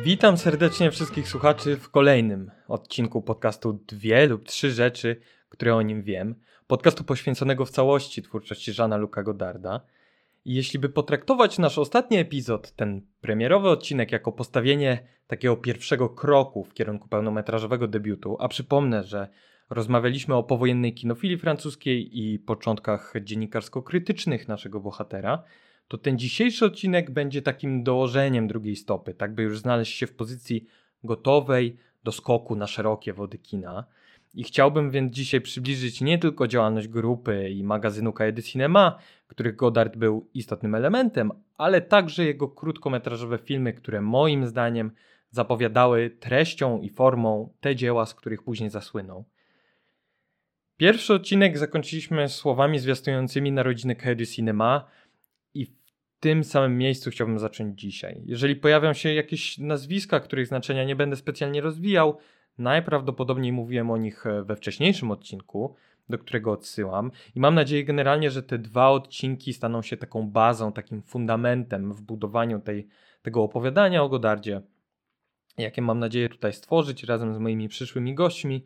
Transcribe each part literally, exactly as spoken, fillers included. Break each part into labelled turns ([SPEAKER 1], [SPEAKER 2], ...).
[SPEAKER 1] Witam serdecznie wszystkich słuchaczy w kolejnym odcinku podcastu Dwie lub Trzy rzeczy, które o nim wiem. Podcastu poświęconego w całości twórczości Jeana-Luca Godarda. I jeśli by potraktować nasz ostatni epizod, ten premierowy odcinek, jako postawienie takiego pierwszego kroku w kierunku pełnometrażowego debiutu, a przypomnę, że rozmawialiśmy o powojennej kinofilii francuskiej i początkach dziennikarsko-krytycznych naszego bohatera, to ten dzisiejszy odcinek będzie takim dołożeniem drugiej stopy, tak by już znaleźć się w pozycji gotowej do skoku na szerokie wody kina. I chciałbym więc dzisiaj przybliżyć nie tylko działalność grupy i magazynu Cahiers du Cinéma, których Godard był istotnym elementem, ale także jego krótkometrażowe filmy, które moim zdaniem zapowiadały treścią i formą te dzieła, z których później zasłynął. Pierwszy odcinek zakończyliśmy słowami zwiastującymi narodziny Cahiers du Cinéma i w tym samym miejscu chciałbym zacząć dzisiaj. Jeżeli pojawią się jakieś nazwiska, których znaczenia nie będę specjalnie rozwijał, najprawdopodobniej mówiłem o nich we wcześniejszym odcinku, do którego odsyłam, i mam nadzieję generalnie, że te dwa odcinki staną się taką bazą, takim fundamentem w budowaniu tej, tego opowiadania o Godardzie, jakie mam nadzieję tutaj stworzyć razem z moimi przyszłymi gośćmi,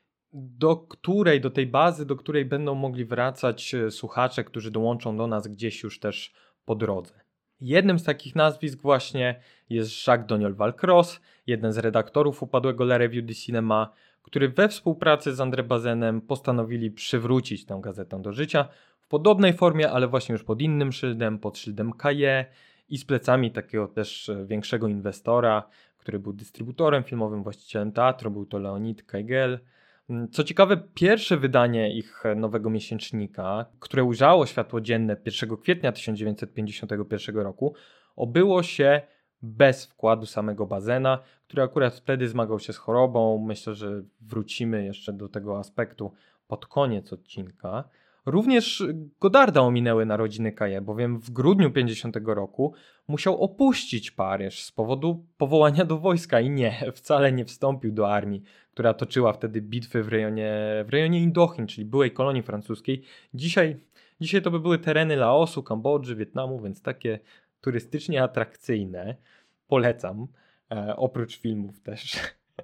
[SPEAKER 1] do której, do tej bazy, do której będą mogli wracać słuchacze, którzy dołączą do nas gdzieś już też po drodze. Jednym z takich nazwisk właśnie jest Jacques Doniol Valcross, jeden z redaktorów upadłego La Revue du Cinéma, który we współpracy z André Bazenem postanowili przywrócić tę gazetę do życia w podobnej formie, ale właśnie już pod innym szyldem, pod szyldem Cahiers i z plecami takiego też większego inwestora, który był dystrybutorem filmowym, właścicielem teatru, był to Leonid Kaigel. Co ciekawe, pierwsze wydanie ich nowego miesięcznika, które ujrzało światło dzienne pierwszego kwietnia tysiąc dziewięćset pięćdziesiątego pierwszego roku, obyło się bez wkładu samego Bazena, który akurat wtedy zmagał się z chorobą. Myślę, że wrócimy jeszcze do tego aspektu pod koniec odcinka. Również Godarda ominęły narodziny Cahiers, bowiem w grudniu pięćdziesiątego roku musiał opuścić Paryż z powodu powołania do wojska i nie, wcale nie wstąpił do armii, która toczyła wtedy bitwy w rejonie, w rejonie Indochin, czyli byłej kolonii francuskiej. Dzisiaj, dzisiaj to by były tereny Laosu, Kambodży, Wietnamu, więc takie turystycznie atrakcyjne. Polecam, e, oprócz filmów też.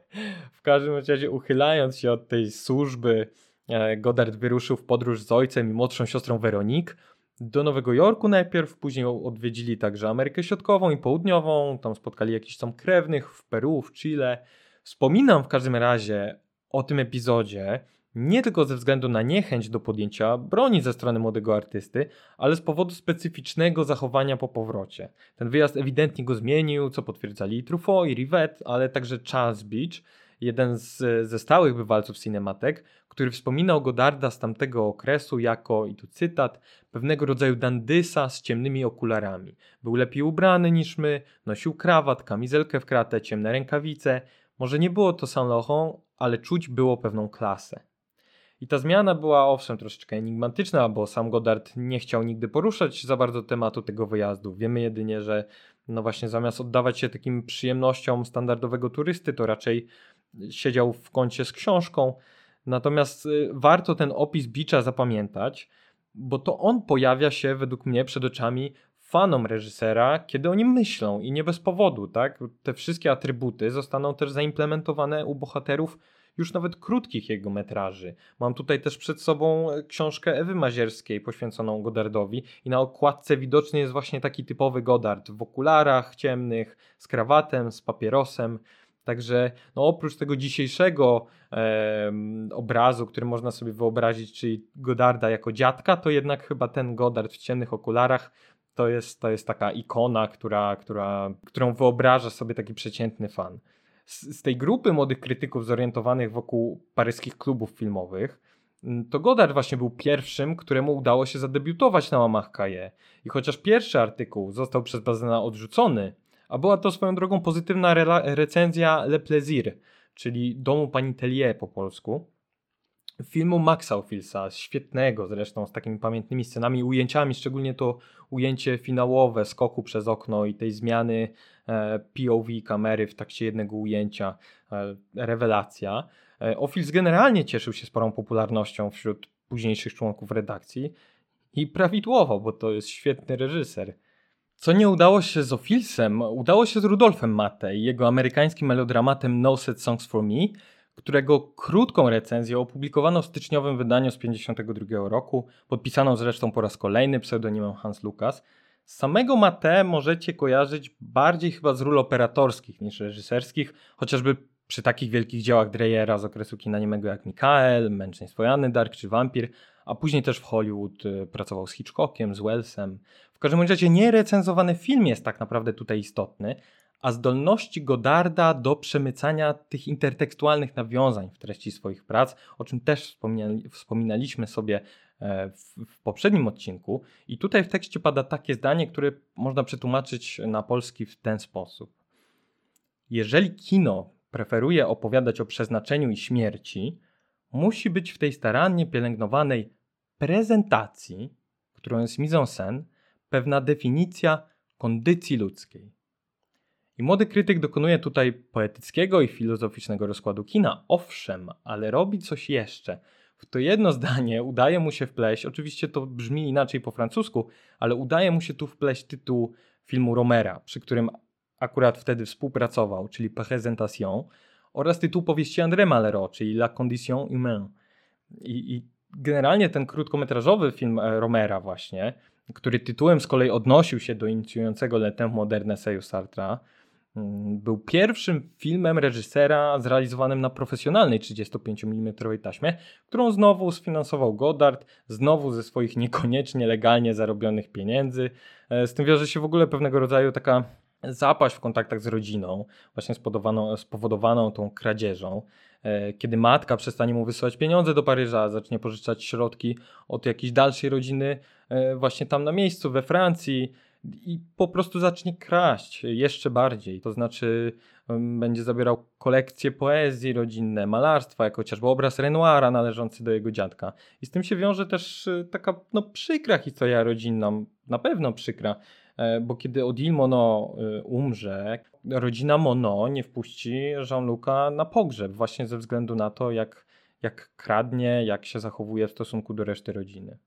[SPEAKER 1] W każdym razie, uchylając się od tej służby, Godard wyruszył w podróż z ojcem i młodszą siostrą Veronique do Nowego Jorku najpierw, później odwiedzili także Amerykę Środkową i Południową, tam spotkali jakichś tam krewnych w Peru, w Chile. Wspominam w każdym razie o tym epizodzie nie tylko ze względu na niechęć do podjęcia broni ze strony młodego artysty, ale z powodu specyficznego zachowania po powrocie. Ten wyjazd ewidentnie go zmienił, co potwierdzali Truffaut i Rivette, ale także Charles Beach, jeden z, ze stałych bywalców Cinematek, który wspominał Godarda z tamtego okresu jako, i tu cytat, pewnego rodzaju dandysa z ciemnymi okularami. Był lepiej ubrany niż my, nosił krawat, kamizelkę w kratę, ciemne rękawice. Może nie było to Saint Laurent, ale czuć było pewną klasę. I ta zmiana była owszem troszeczkę enigmatyczna, bo sam Godard nie chciał nigdy poruszać za bardzo tematu tego wyjazdu. Wiemy jedynie, że no właśnie zamiast oddawać się takim przyjemnościom standardowego turysty, to raczej siedział w kącie z książką. Natomiast y, warto ten opis Beacha zapamiętać, bo to on pojawia się według mnie przed oczami fanom reżysera, kiedy o nim myślą i nie bez powodu, tak? Te wszystkie atrybuty zostaną też zaimplementowane u bohaterów już nawet krótkich jego metraży. Mam tutaj też przed sobą książkę Ewy Mazierskiej poświęconą Godardowi i na okładce widoczny jest właśnie taki typowy Godard w okularach ciemnych, z krawatem, z papierosem. Także no oprócz tego dzisiejszego e, obrazu, który można sobie wyobrazić, czyli Godarda jako dziadka, to jednak chyba ten Godard w ciemnych okularach to jest, to jest taka ikona, która, która, którą wyobraża sobie taki przeciętny fan. Z, z tej grupy młodych krytyków zorientowanych wokół paryskich klubów filmowych, to Godard właśnie był pierwszym, któremu udało się zadebiutować na łamach Cahiers. I chociaż pierwszy artykuł został przez Bazena odrzucony, a była to swoją drogą pozytywna re- recenzja Le Plaisir, czyli Domu pani Tellier po polsku, filmu Maxa Ophilsa, świetnego zresztą, z takimi pamiętnymi scenami, ujęciami, szczególnie to ujęcie finałowe skoku przez okno i tej zmiany e, P O V kamery w trakcie jednego ujęcia, e, rewelacja. E, Ophils generalnie cieszył się sporą popularnością wśród późniejszych członków redakcji i prawidłowo, bo to jest świetny reżyser. Co nie udało się z Ophilsem, udało się z Rudolfem Matte i jego amerykańskim melodramatem No Sad Songs for Me, którego krótką recenzję opublikowano w styczniowym wydaniu z pięćdziesiątego drugiego roku, podpisaną zresztą po raz kolejny pseudonimem Hans Lucas. Samego Matte możecie kojarzyć bardziej chyba z ról operatorskich niż reżyserskich, chociażby przy takich wielkich dziełach Dreyera z okresu kina niemego jak Mikael, Męczeństwo Joanny Dark czy Wampir, a później też w Hollywood pracował z Hitchcockiem, z Wellsem. W każdym razie nierecenzowany film jest tak naprawdę tutaj istotny, a zdolności Godarda do przemycania tych intertekstualnych nawiązań w treści swoich prac, o czym też wspomniali, wspominaliśmy sobie w, w poprzednim odcinku. I tutaj w tekście pada takie zdanie, które można przetłumaczyć na polski w ten sposób. Jeżeli kino preferuje opowiadać o przeznaczeniu i śmierci, musi być w tej starannie pielęgnowanej prezentacji, którą jest mise en scène, pewna definicja kondycji ludzkiej. I młody krytyk dokonuje tutaj poetyckiego i filozoficznego rozkładu kina, owszem, ale robi coś jeszcze. W to jedno zdanie udaje mu się wpleść, oczywiście to brzmi inaczej po francusku, ale udaje mu się tu wpleść tytuł filmu Romera, przy którym akurat wtedy współpracował, czyli Présentation, oraz tytuł powieści André Malraux, czyli La Condition Humaine. I, I generalnie ten krótkometrażowy film Romera właśnie, który tytułem z kolei odnosił się do inicjującego Le Temps moderne eseju Sartra, był pierwszym filmem reżysera zrealizowanym na profesjonalnej trzydziestopięciomilimetrowej taśmie, którą znowu sfinansował Godard, znowu ze swoich niekoniecznie legalnie zarobionych pieniędzy. Z tym wiąże się w ogóle pewnego rodzaju taka zapaść w kontaktach z rodziną, właśnie spowodowaną, spowodowaną tą kradzieżą. Kiedy matka przestanie mu wysyłać pieniądze do Paryża, zacznie pożyczać środki od jakiejś dalszej rodziny właśnie tam na miejscu we Francji i po prostu zacznie kraść jeszcze bardziej. To znaczy będzie zabierał kolekcje poezji rodzinne, malarstwa, jak chociażby obraz Renoira należący do jego dziadka. I z tym się wiąże też taka no, przykra historia rodzinna, na pewno przykra, bo kiedy Odile Monod umrze, rodzina Monod nie wpuści Jean-Luca na pogrzeb właśnie ze względu na to, jak, jak kradnie, jak się zachowuje w stosunku do reszty rodziny.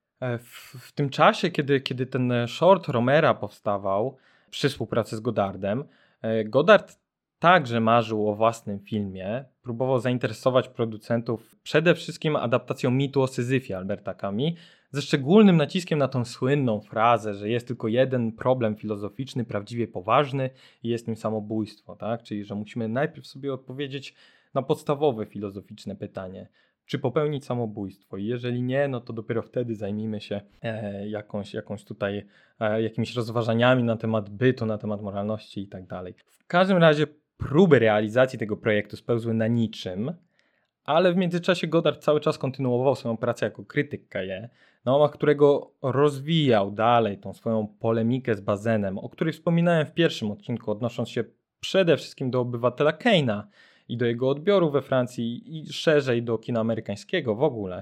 [SPEAKER 1] W, w tym czasie, kiedy, kiedy ten short Romera powstawał przy współpracy z Godardem, Godard także marzył o własnym filmie, próbował zainteresować producentów przede wszystkim adaptacją mitu o Syzyfie Alberta Camus, ze szczególnym naciskiem na tą słynną frazę, że jest tylko jeden problem filozoficzny, prawdziwie poważny i jest nim samobójstwo, tak? Czyli że musimy najpierw sobie odpowiedzieć na podstawowe filozoficzne pytanie, czy popełnić samobójstwo i jeżeli nie, no to dopiero wtedy zajmijmy się e, jakąś, jakąś tutaj e, jakimiś rozważaniami na temat bytu, na temat moralności i tak dalej. W każdym razie próby realizacji tego projektu spełzły na niczym, ale w międzyczasie Godard cały czas kontynuował swoją pracę jako krytyk Cahiers, na łamach którego rozwijał dalej tą swoją polemikę z Bazenem, o której wspominałem w pierwszym odcinku, odnosząc się przede wszystkim do Obywatela Kane'a i do jego odbioru we Francji i szerzej do kina amerykańskiego w ogóle.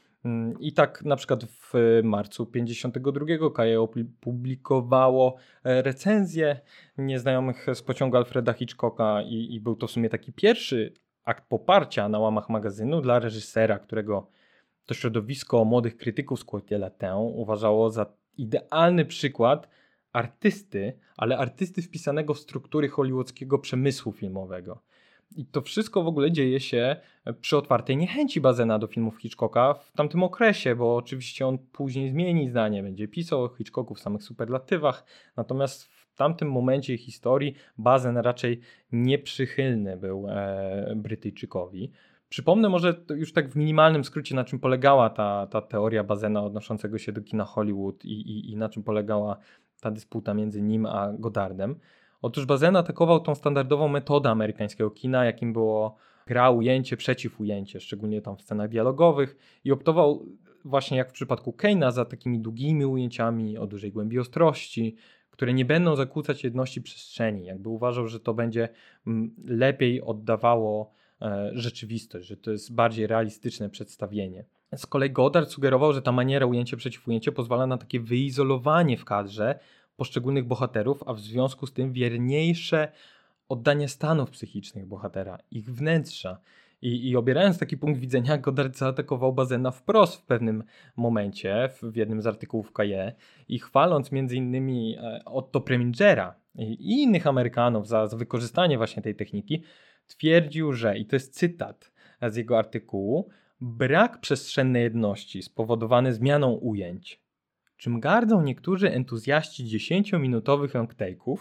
[SPEAKER 1] I tak na przykład w marcu pięćdziesiątego drugiego Cahiers opublikowało recenzję Nieznajomych z pociągu Alfreda Hitchcocka i, i był to w sumie taki pierwszy akt poparcia na łamach magazynu dla reżysera, którego to środowisko młodych krytyków z Quartier Latin uważało za idealny przykład artysty, ale artysty wpisanego w struktury hollywoodzkiego przemysłu filmowego. I to wszystko w ogóle dzieje się przy otwartej niechęci Bazena do filmów Hitchcocka w tamtym okresie, bo oczywiście on później zmieni zdanie, będzie pisał o Hitchcocku w samych superlatywach, natomiast w tamtym momencie historii Bazen raczej nieprzychylny był e, Brytyjczykowi. Przypomnę może już tak w minimalnym skrócie, na czym polegała ta, ta teoria Bazena odnoszącego się do kina Hollywood i, i, i na czym polegała ta dysputa między nim a Godardem. Otóż Bazin atakował tą standardową metodę amerykańskiego kina, jakim było gra ujęcie przeciw ujęcie, szczególnie tam w scenach dialogowych i optował właśnie jak w przypadku Kane'a za takimi długimi ujęciami o dużej głębi ostrości, które nie będą zakłócać jedności przestrzeni. Jakby uważał, że to będzie lepiej oddawało e, rzeczywistość, że to jest bardziej realistyczne przedstawienie. Z kolei Godard sugerował, że ta maniera ujęcie przeciw ujęcie pozwala na takie wyizolowanie w kadrze poszczególnych bohaterów, a w związku z tym wierniejsze oddanie stanów psychicznych bohatera, ich wnętrza. I, I obierając taki punkt widzenia, Goddard zaatakował Bazena wprost w pewnym momencie, w, w jednym z artykułów K J i chwaląc między innymi Otto Premingera i, i innych Amerykanów za, za wykorzystanie właśnie tej techniki, twierdził, że, i to jest cytat z jego artykułu, brak przestrzennej jedności spowodowany zmianą ujęć, czym gardzą niektórzy entuzjaści dziesięciominutowych longtake'ów,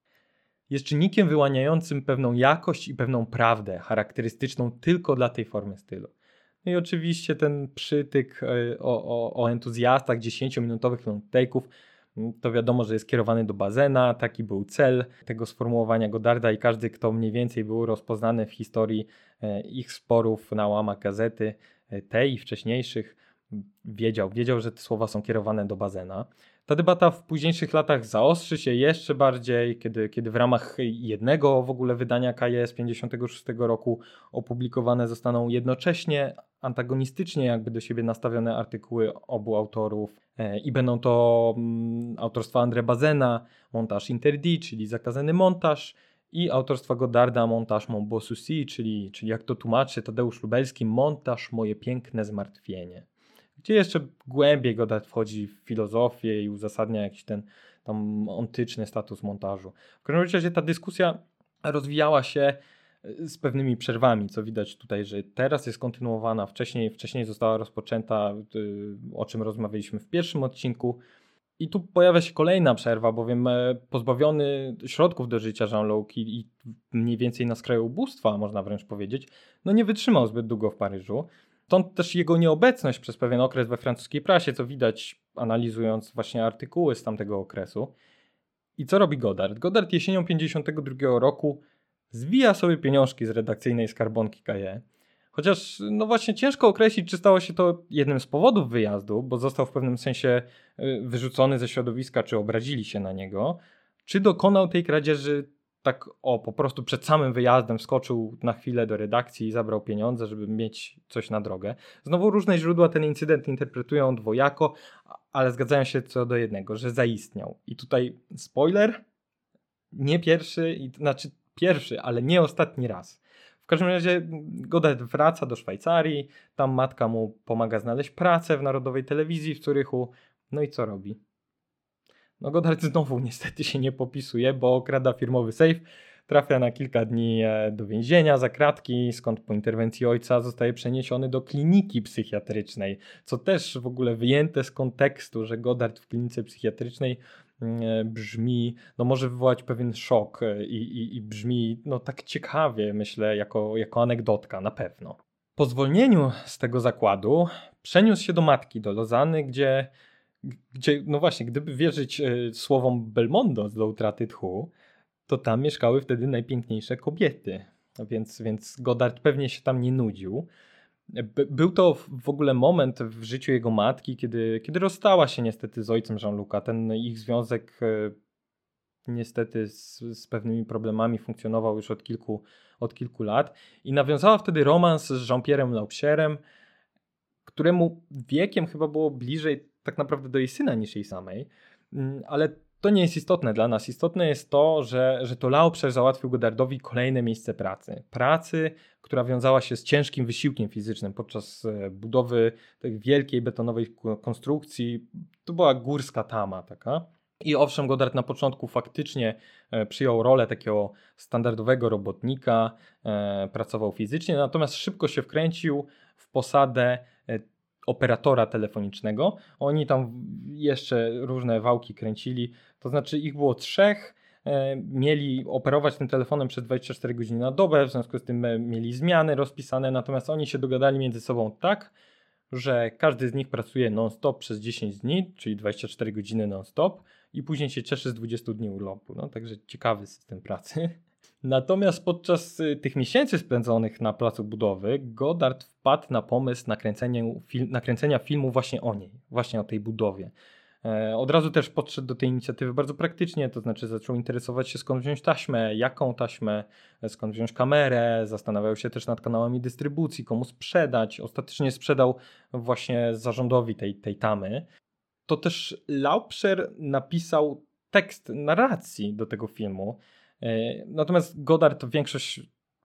[SPEAKER 1] jest czynnikiem wyłaniającym pewną jakość i pewną prawdę charakterystyczną tylko dla tej formy stylu. No i oczywiście ten przytyk o, o, o entuzjastach dziesięciominutowych longtake'ów to wiadomo, że jest kierowany do Bazena, taki był cel tego sformułowania Goddarda i każdy, kto mniej więcej był rozpoznany w historii ich sporów na łamach gazety, tej i wcześniejszych, wiedział, wiedział, że te słowa są kierowane do Bazena. Ta debata w późniejszych latach zaostrzy się jeszcze bardziej, kiedy, kiedy w ramach jednego w ogóle wydania K J z pięćdziesiątego szóstego roku opublikowane zostaną jednocześnie, antagonistycznie jakby do siebie nastawione artykuły obu autorów e, i będą to mm, autorstwa André Bazena, montaż interdit, czyli zakazany montaż, i autorstwa Goddarda, montaż Mon beau souci, czyli, czyli jak to tłumaczy Tadeusz Lubelski, montaż Moje piękne zmartwienie. Gdzie jeszcze głębiej Goddard wchodzi w filozofię i uzasadnia jakiś ten tam ontyczny status montażu. W każdym razie ta dyskusja rozwijała się z pewnymi przerwami, co widać tutaj, że teraz jest kontynuowana, wcześniej, wcześniej została rozpoczęta, o czym rozmawialiśmy w pierwszym odcinku. I tu pojawia się kolejna przerwa, bowiem pozbawiony środków do życia Jean-Luc i, i mniej więcej na skraju ubóstwa, można wręcz powiedzieć, no nie wytrzymał zbyt długo w Paryżu. Stąd też jego nieobecność przez pewien okres we francuskiej prasie, co widać analizując właśnie artykuły z tamtego okresu. I co robi Goddard? Goddard jesienią pięćdziesiątego drugiego roku zwija sobie pieniążki z redakcyjnej skarbonki K J. Chociaż no właśnie ciężko określić, czy stało się to jednym z powodów wyjazdu, bo został w pewnym sensie wyrzucony ze środowiska, czy obrazili się na niego, czy dokonał tej kradzieży tak o, po prostu przed samym wyjazdem wskoczył na chwilę do redakcji i zabrał pieniądze, żeby mieć coś na drogę. Znowu różne źródła ten incydent interpretują dwojako, ale zgadzają się co do jednego, że zaistniał. I tutaj spoiler, nie pierwszy, i, znaczy pierwszy, ale nie ostatni raz. W każdym razie Goddard wraca do Szwajcarii, tam matka mu pomaga znaleźć pracę w Narodowej Telewizji w Zurychu. No i co robi? No Goddard znowu niestety się nie popisuje, bo okrada firmowy safe, trafia na kilka dni do więzienia za kratki, skąd po interwencji ojca zostaje przeniesiony do kliniki psychiatrycznej, co też w ogóle wyjęte z kontekstu, że Goddard w klinice psychiatrycznej brzmi, no może wywołać pewien szok i, i, i brzmi no tak ciekawie, myślę, jako, jako anegdotka na pewno. Po zwolnieniu z tego zakładu przeniósł się do matki, do Lozany, gdzie Gdzie, no właśnie, gdyby wierzyć y, słowom Belmondo z Do utraty tchu, to tam mieszkały wtedy najpiękniejsze kobiety. Więc, więc Goddard pewnie się tam nie nudził. By, był to w ogóle moment w życiu jego matki, kiedy, kiedy rozstała się niestety z ojcem Jean-Luc'a. Ten ich związek y, niestety z, z pewnymi problemami funkcjonował już od kilku, od kilku lat i nawiązała wtedy romans z Jean-Pierre'em Laubscherem, któremu wiekiem chyba było bliżej tak naprawdę do jej syna niż jej samej, ale to nie jest istotne dla nas. Istotne jest to, że, że to Laubscher załatwił Goddardowi kolejne miejsce pracy. Pracy, która wiązała się z ciężkim wysiłkiem fizycznym podczas budowy tej wielkiej betonowej konstrukcji. To była górska tama taka. I owszem, Goddard na początku faktycznie przyjął rolę takiego standardowego robotnika, pracował fizycznie, natomiast szybko się wkręcił w posadę operatora telefonicznego. Oni tam jeszcze różne wałki kręcili, to znaczy ich było trzech, e, mieli operować tym telefonem przez dwadzieścia cztery godziny na dobę, w związku z tym mieli zmiany rozpisane, natomiast oni się dogadali między sobą tak, że każdy z nich pracuje non-stop przez dziesięć dni, czyli dwadzieścia cztery godziny non-stop i później się cieszy z dwudziestu dni urlopu. No, także ciekawy system pracy. Natomiast podczas tych miesięcy spędzonych na placu budowy Goddard wpadł na pomysł nakręcenia, fil- nakręcenia filmu właśnie o niej, właśnie o tej budowie. E, od razu też podszedł do tej inicjatywy bardzo praktycznie, to znaczy zaczął interesować się skąd wziąć taśmę, jaką taśmę, skąd wziąć kamerę, zastanawiał się też nad kanałami dystrybucji, komu sprzedać. Ostatecznie sprzedał właśnie zarządowi tej, tej tamy. To też Laubscher napisał tekst narracji do tego filmu. Natomiast Goddard większość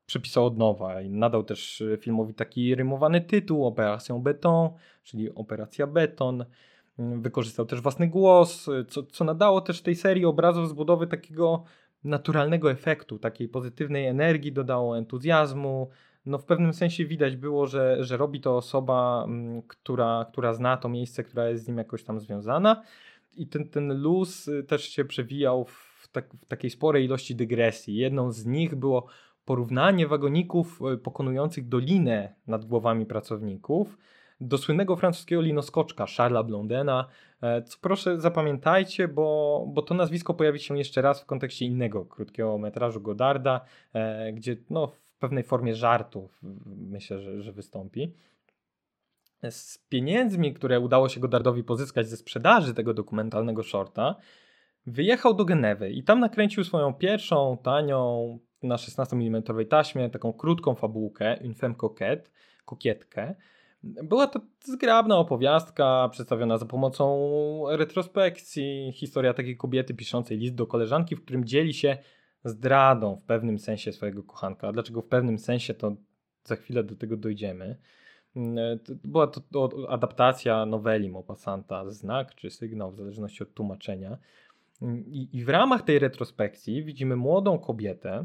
[SPEAKER 1] przepisał od nowa i nadał też filmowi taki rymowany tytuł Opération Béton, czyli Operacja Beton. Wykorzystał też własny głos, co, co nadało też tej serii obrazów z budowy takiego naturalnego efektu, takiej pozytywnej energii, dodało entuzjazmu. No w pewnym sensie widać było, że, że robi to osoba, m, która, która zna to miejsce, która jest z nim jakoś tam związana. I ten, ten luz też się przewijał w, tak, w takiej sporej ilości dygresji. Jedną z nich było porównanie wagoników pokonujących dolinę nad głowami pracowników do słynnego francuskiego linoskoczka Charlesa Blondena, co proszę zapamiętajcie, bo, bo to nazwisko pojawi się jeszcze raz w kontekście innego krótkiego metrażu Godarda, gdzie no, w pewnej formie żartu myślę, że, że wystąpi. Z pieniędzmi, które udało się Godardowi pozyskać ze sprzedaży tego dokumentalnego shorta, wyjechał do Genewy i tam nakręcił swoją pierwszą, tanią, na szesnastomilimetrowej taśmie, taką krótką fabułkę, Une femme coquette, kokietkę. Była to zgrabna opowiastka przedstawiona za pomocą retrospekcji, historia takiej kobiety piszącej list do koleżanki, w którym dzieli się zdradą w pewnym sensie swojego kochanka. Dlaczego w pewnym sensie, to za chwilę do tego dojdziemy. Była to adaptacja noweli Maupassanta, Znak czy Sygnał, w zależności od tłumaczenia. I, I w ramach tej retrospekcji widzimy młodą kobietę,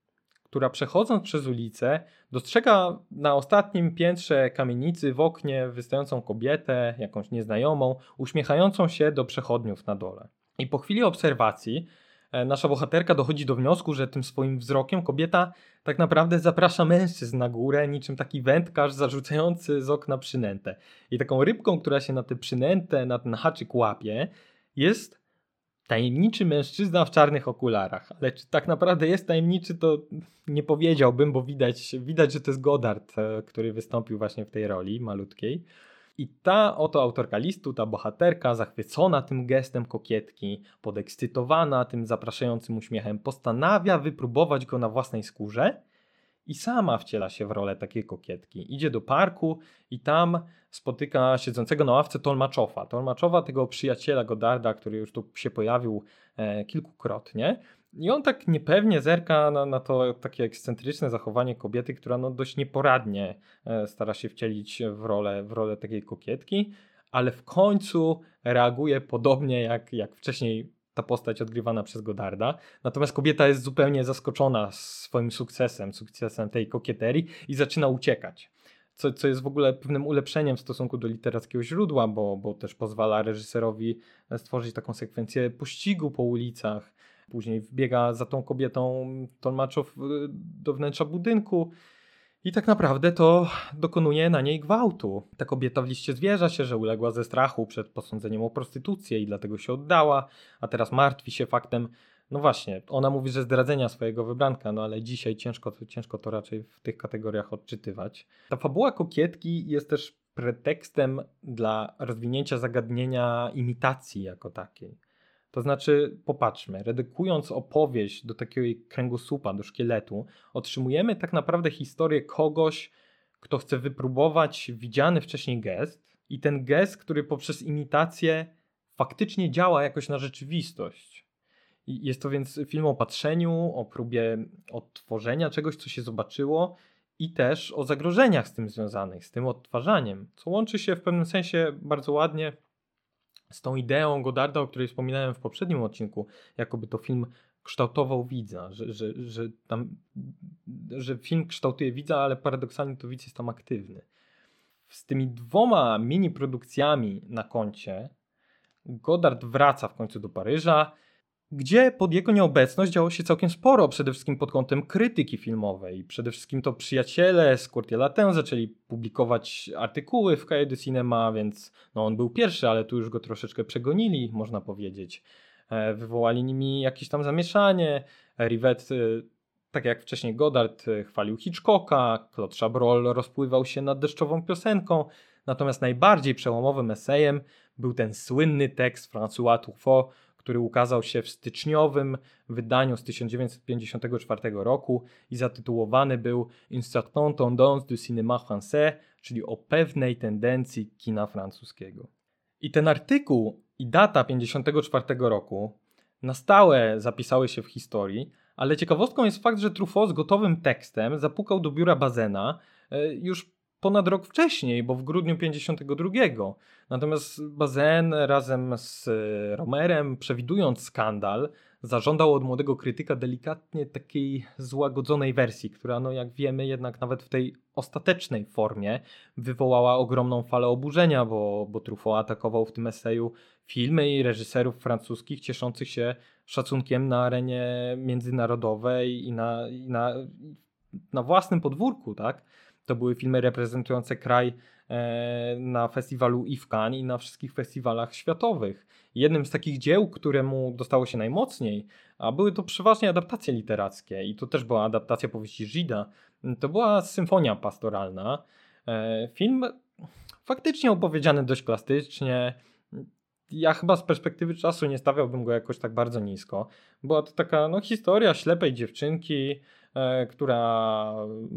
[SPEAKER 1] która przechodząc przez ulicę dostrzega na ostatnim piętrze kamienicy w oknie wystającą kobietę, jakąś nieznajomą, uśmiechającą się do przechodniów na dole. I po chwili obserwacji nasza bohaterka dochodzi do wniosku, że tym swoim wzrokiem kobieta tak naprawdę zaprasza mężczyzn na górę, niczym taki wędkarz zarzucający z okna przynętę. I taką rybką, która się na tę przynętę, na ten haczyk łapie, jest tajemniczy mężczyzna w czarnych okularach. Ale czy tak naprawdę jest tajemniczy, to nie powiedziałbym, bo widać, widać, że to jest Godard, który wystąpił właśnie w tej roli malutkiej. I ta oto autorka listu, ta bohaterka, zachwycona tym gestem kokietki, podekscytowana tym zapraszającym uśmiechem, postanawia wypróbować go na własnej skórze i sama wciela się w rolę takiej kokietki. Idzie do parku i tam spotyka siedzącego na ławce Tolmaczowa. Tolmaczowa, tego przyjaciela Godarda, który już tu się pojawił e, kilkukrotnie. I on tak niepewnie zerka na, na to takie ekscentryczne zachowanie kobiety, która no dość nieporadnie e, stara się wcielić w rolę, w rolę takiej kokietki, ale w końcu reaguje podobnie jak, jak wcześniej ta postać odgrywana przez Godarda. Natomiast kobieta jest zupełnie zaskoczona swoim sukcesem, sukcesem tej kokieterii i zaczyna uciekać. Co, co jest w ogóle pewnym ulepszeniem w stosunku do literackiego źródła, bo, bo też pozwala reżyserowi stworzyć taką sekwencję pościgu po ulicach. Później wbiega za tą kobietą Tolmaczow do wnętrza budynku i tak naprawdę to dokonuje na niej gwałtu. Ta kobieta w liście zwierza się, że uległa ze strachu przed posądzeniem o prostytucję i dlatego się oddała, a teraz martwi się faktem, no właśnie, ona mówi, że zdradzenia swojego wybranka, no ale dzisiaj ciężko, ciężko to raczej w tych kategoriach odczytywać. Ta fabuła kokietki jest też pretekstem dla rozwinięcia zagadnienia imitacji jako takiej. To znaczy, popatrzmy, redukując opowieść do takiego kręgosłupa, do szkieletu, otrzymujemy tak naprawdę historię kogoś, kto chce wypróbować widziany wcześniej gest i ten gest, który poprzez imitację faktycznie działa jakoś na rzeczywistość. I jest to więc film o patrzeniu, o próbie odtworzenia czegoś, co się zobaczyło i też o zagrożeniach z tym związanych, z tym odtwarzaniem, co łączy się w pewnym sensie bardzo ładnie z tą ideą Godarda, o której wspominałem w poprzednim odcinku, jakoby to film kształtował widza, że, że, że, tam, że film kształtuje widza, ale paradoksalnie to widz jest tam aktywny. Z tymi dwoma mini produkcjami na koncie Godard wraca w końcu do Paryża, gdzie pod jego nieobecność działo się całkiem sporo, przede wszystkim pod kątem krytyki filmowej. Przede wszystkim to przyjaciele z Quartier Latin zaczęli publikować artykuły w Cahiers du Cinéma, więc no on był pierwszy, ale tu już go troszeczkę przegonili, można powiedzieć. Wywołali nimi jakieś tam zamieszanie. Rivette, tak jak wcześniej Godard, chwalił Hitchcocka, Claude Chabrol rozpływał się nad deszczową piosenką. Natomiast najbardziej przełomowym esejem był ten słynny tekst François Truffaut, który ukazał się w styczniowym wydaniu z tysiąc dziewięćset pięćdziesiątego czwartego roku i zatytułowany był Une certaine tendance du cinéma français, czyli o pewnej tendencji kina francuskiego. I ten artykuł i data pięćdziesiątego czwartego roku na stałe zapisały się w historii, Ale ciekawostką jest fakt, że Truffaut z gotowym tekstem zapukał do biura Bazena już ponad rok wcześniej, bo w grudniu pięćdziesiątego drugiego. Natomiast Bazin razem z Romerem, przewidując skandal, zażądał od młodego krytyka delikatnie takiej złagodzonej wersji, która, no jak wiemy, jednak nawet w tej ostatecznej formie wywołała ogromną falę oburzenia, bo, bo Truffaut atakował w tym eseju filmy i reżyserów francuskich cieszących się szacunkiem na arenie międzynarodowej i na, i na, na własnym podwórku, tak? To były filmy reprezentujące kraj e, na festiwalu I W C Cannes i na wszystkich festiwalach światowych. Jednym z takich dzieł, któremu dostało się najmocniej, a były to przeważnie adaptacje literackie i to też była adaptacja powieści Gida, to była Symfonia Pastoralna. E, film faktycznie opowiedziany dość klasycznie. Ja chyba z perspektywy czasu nie stawiałbym go jakoś tak bardzo nisko. Była to taka no, historia ślepej dziewczynki, e, która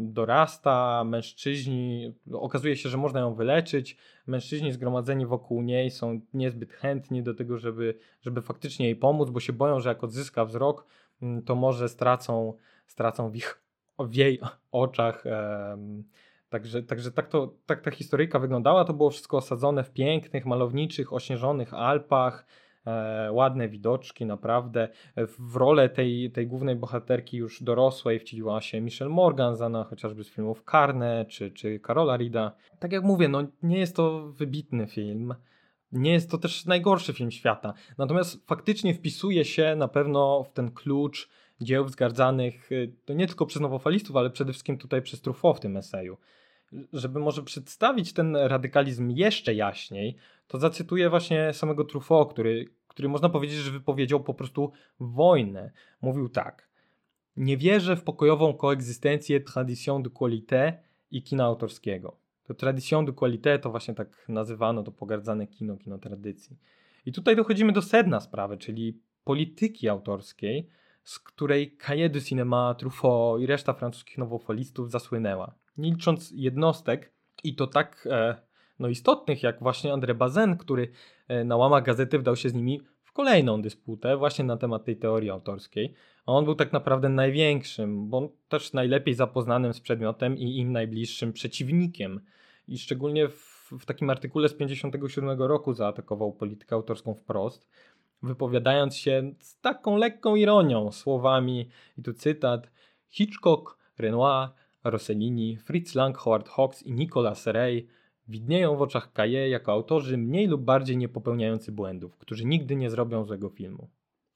[SPEAKER 1] dorasta, mężczyźni, okazuje się, że można ją wyleczyć, mężczyźni zgromadzeni wokół niej są niezbyt chętni do tego, żeby, żeby faktycznie jej pomóc, bo się boją, że jak odzyska wzrok, to może stracą, stracą w, ich, w jej oczach e, Także, także tak, to, tak ta historyjka wyglądała. To było wszystko osadzone w pięknych, malowniczych, ośnieżonych Alpach. E, ładne widoczki, naprawdę. W rolę tej, tej głównej bohaterki już dorosłej wcieliła się Michelle Morgan, znana chociażby z filmów Carne czy, czy Carola Reeda. Tak jak mówię, no, nie jest to wybitny film. Nie jest to też najgorszy film świata. Natomiast faktycznie wpisuje się na pewno w ten klucz dzieł wzgardzanych to nie tylko przez nowofalistów, ale przede wszystkim tutaj przez Truffaut w tym eseju. Żeby może przedstawić ten radykalizm jeszcze jaśniej, to zacytuję właśnie samego Truffaut, który, który można powiedzieć, że wypowiedział po prostu wojnę. Mówił tak: nie wierzę w pokojową koegzystencję tradition de qualité i kina autorskiego. To tradition de qualité to właśnie tak nazywano to pogardzane kino, kino tradycji. I tutaj dochodzimy do sedna sprawy, czyli polityki autorskiej, z której Cahiers du Cinéma, Truffaut i reszta francuskich nowofalistów zasłynęła. Nie licząc jednostek i to tak e, no istotnych jak właśnie André Bazin, który e, na łamach gazety wdał się z nimi w kolejną dysputę właśnie na temat tej teorii autorskiej. A on był tak naprawdę największym, bo też najlepiej zapoznanym z przedmiotem i im najbliższym przeciwnikiem. I szczególnie w, w takim artykule z pięćdziesiątego siódmego roku zaatakował politykę autorską wprost, wypowiadając się z taką lekką ironią słowami, i tu cytat: Hitchcock, Renoir, Rossellini, Fritz Lang, Howard Hawks i Nicolas Ray widnieją w oczach Cahiers jako autorzy mniej lub bardziej nie popełniający błędów, którzy nigdy nie zrobią złego filmu.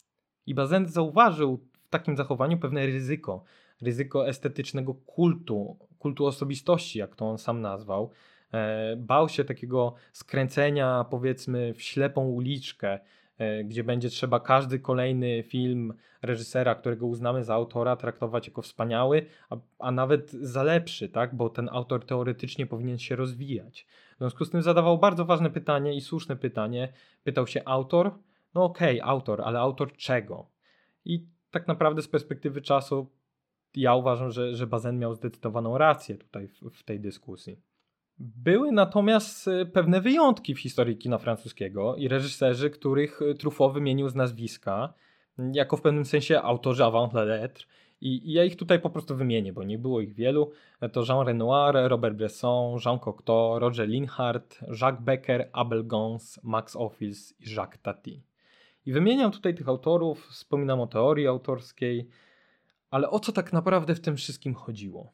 [SPEAKER 1] I Bazin zauważył w takim zachowaniu pewne ryzyko, ryzyko estetycznego kultu, kultu osobistości, jak to on sam nazwał. E, bał się takiego skręcenia, powiedzmy, w ślepą uliczkę, gdzie będzie trzeba każdy kolejny film reżysera, którego uznamy za autora, traktować jako wspaniały, a, a nawet za lepszy, tak? Bo ten autor teoretycznie powinien się rozwijać. W związku z tym zadawał bardzo ważne pytanie i słuszne pytanie. Pytał się autor, no okej, okay, autor, ale autor czego? I tak naprawdę z perspektywy czasu ja uważam, że, że Bazin miał zdecydowaną rację tutaj w, w tej dyskusji. Były natomiast pewne wyjątki w historii kina francuskiego i reżyserzy, których Truffaut wymienił z nazwiska, jako w pewnym sensie autorzy avant la lettre. I, I ja ich tutaj po prostu wymienię, bo nie było ich wielu. To Jean Renoir, Robert Bresson, Jean Cocteau, Roger Linhart, Jacques Becker, Abel Gance, Max Ophüls i Jacques Tati. I wymieniam tutaj tych autorów, wspominam o teorii autorskiej, ale o co tak naprawdę w tym wszystkim chodziło?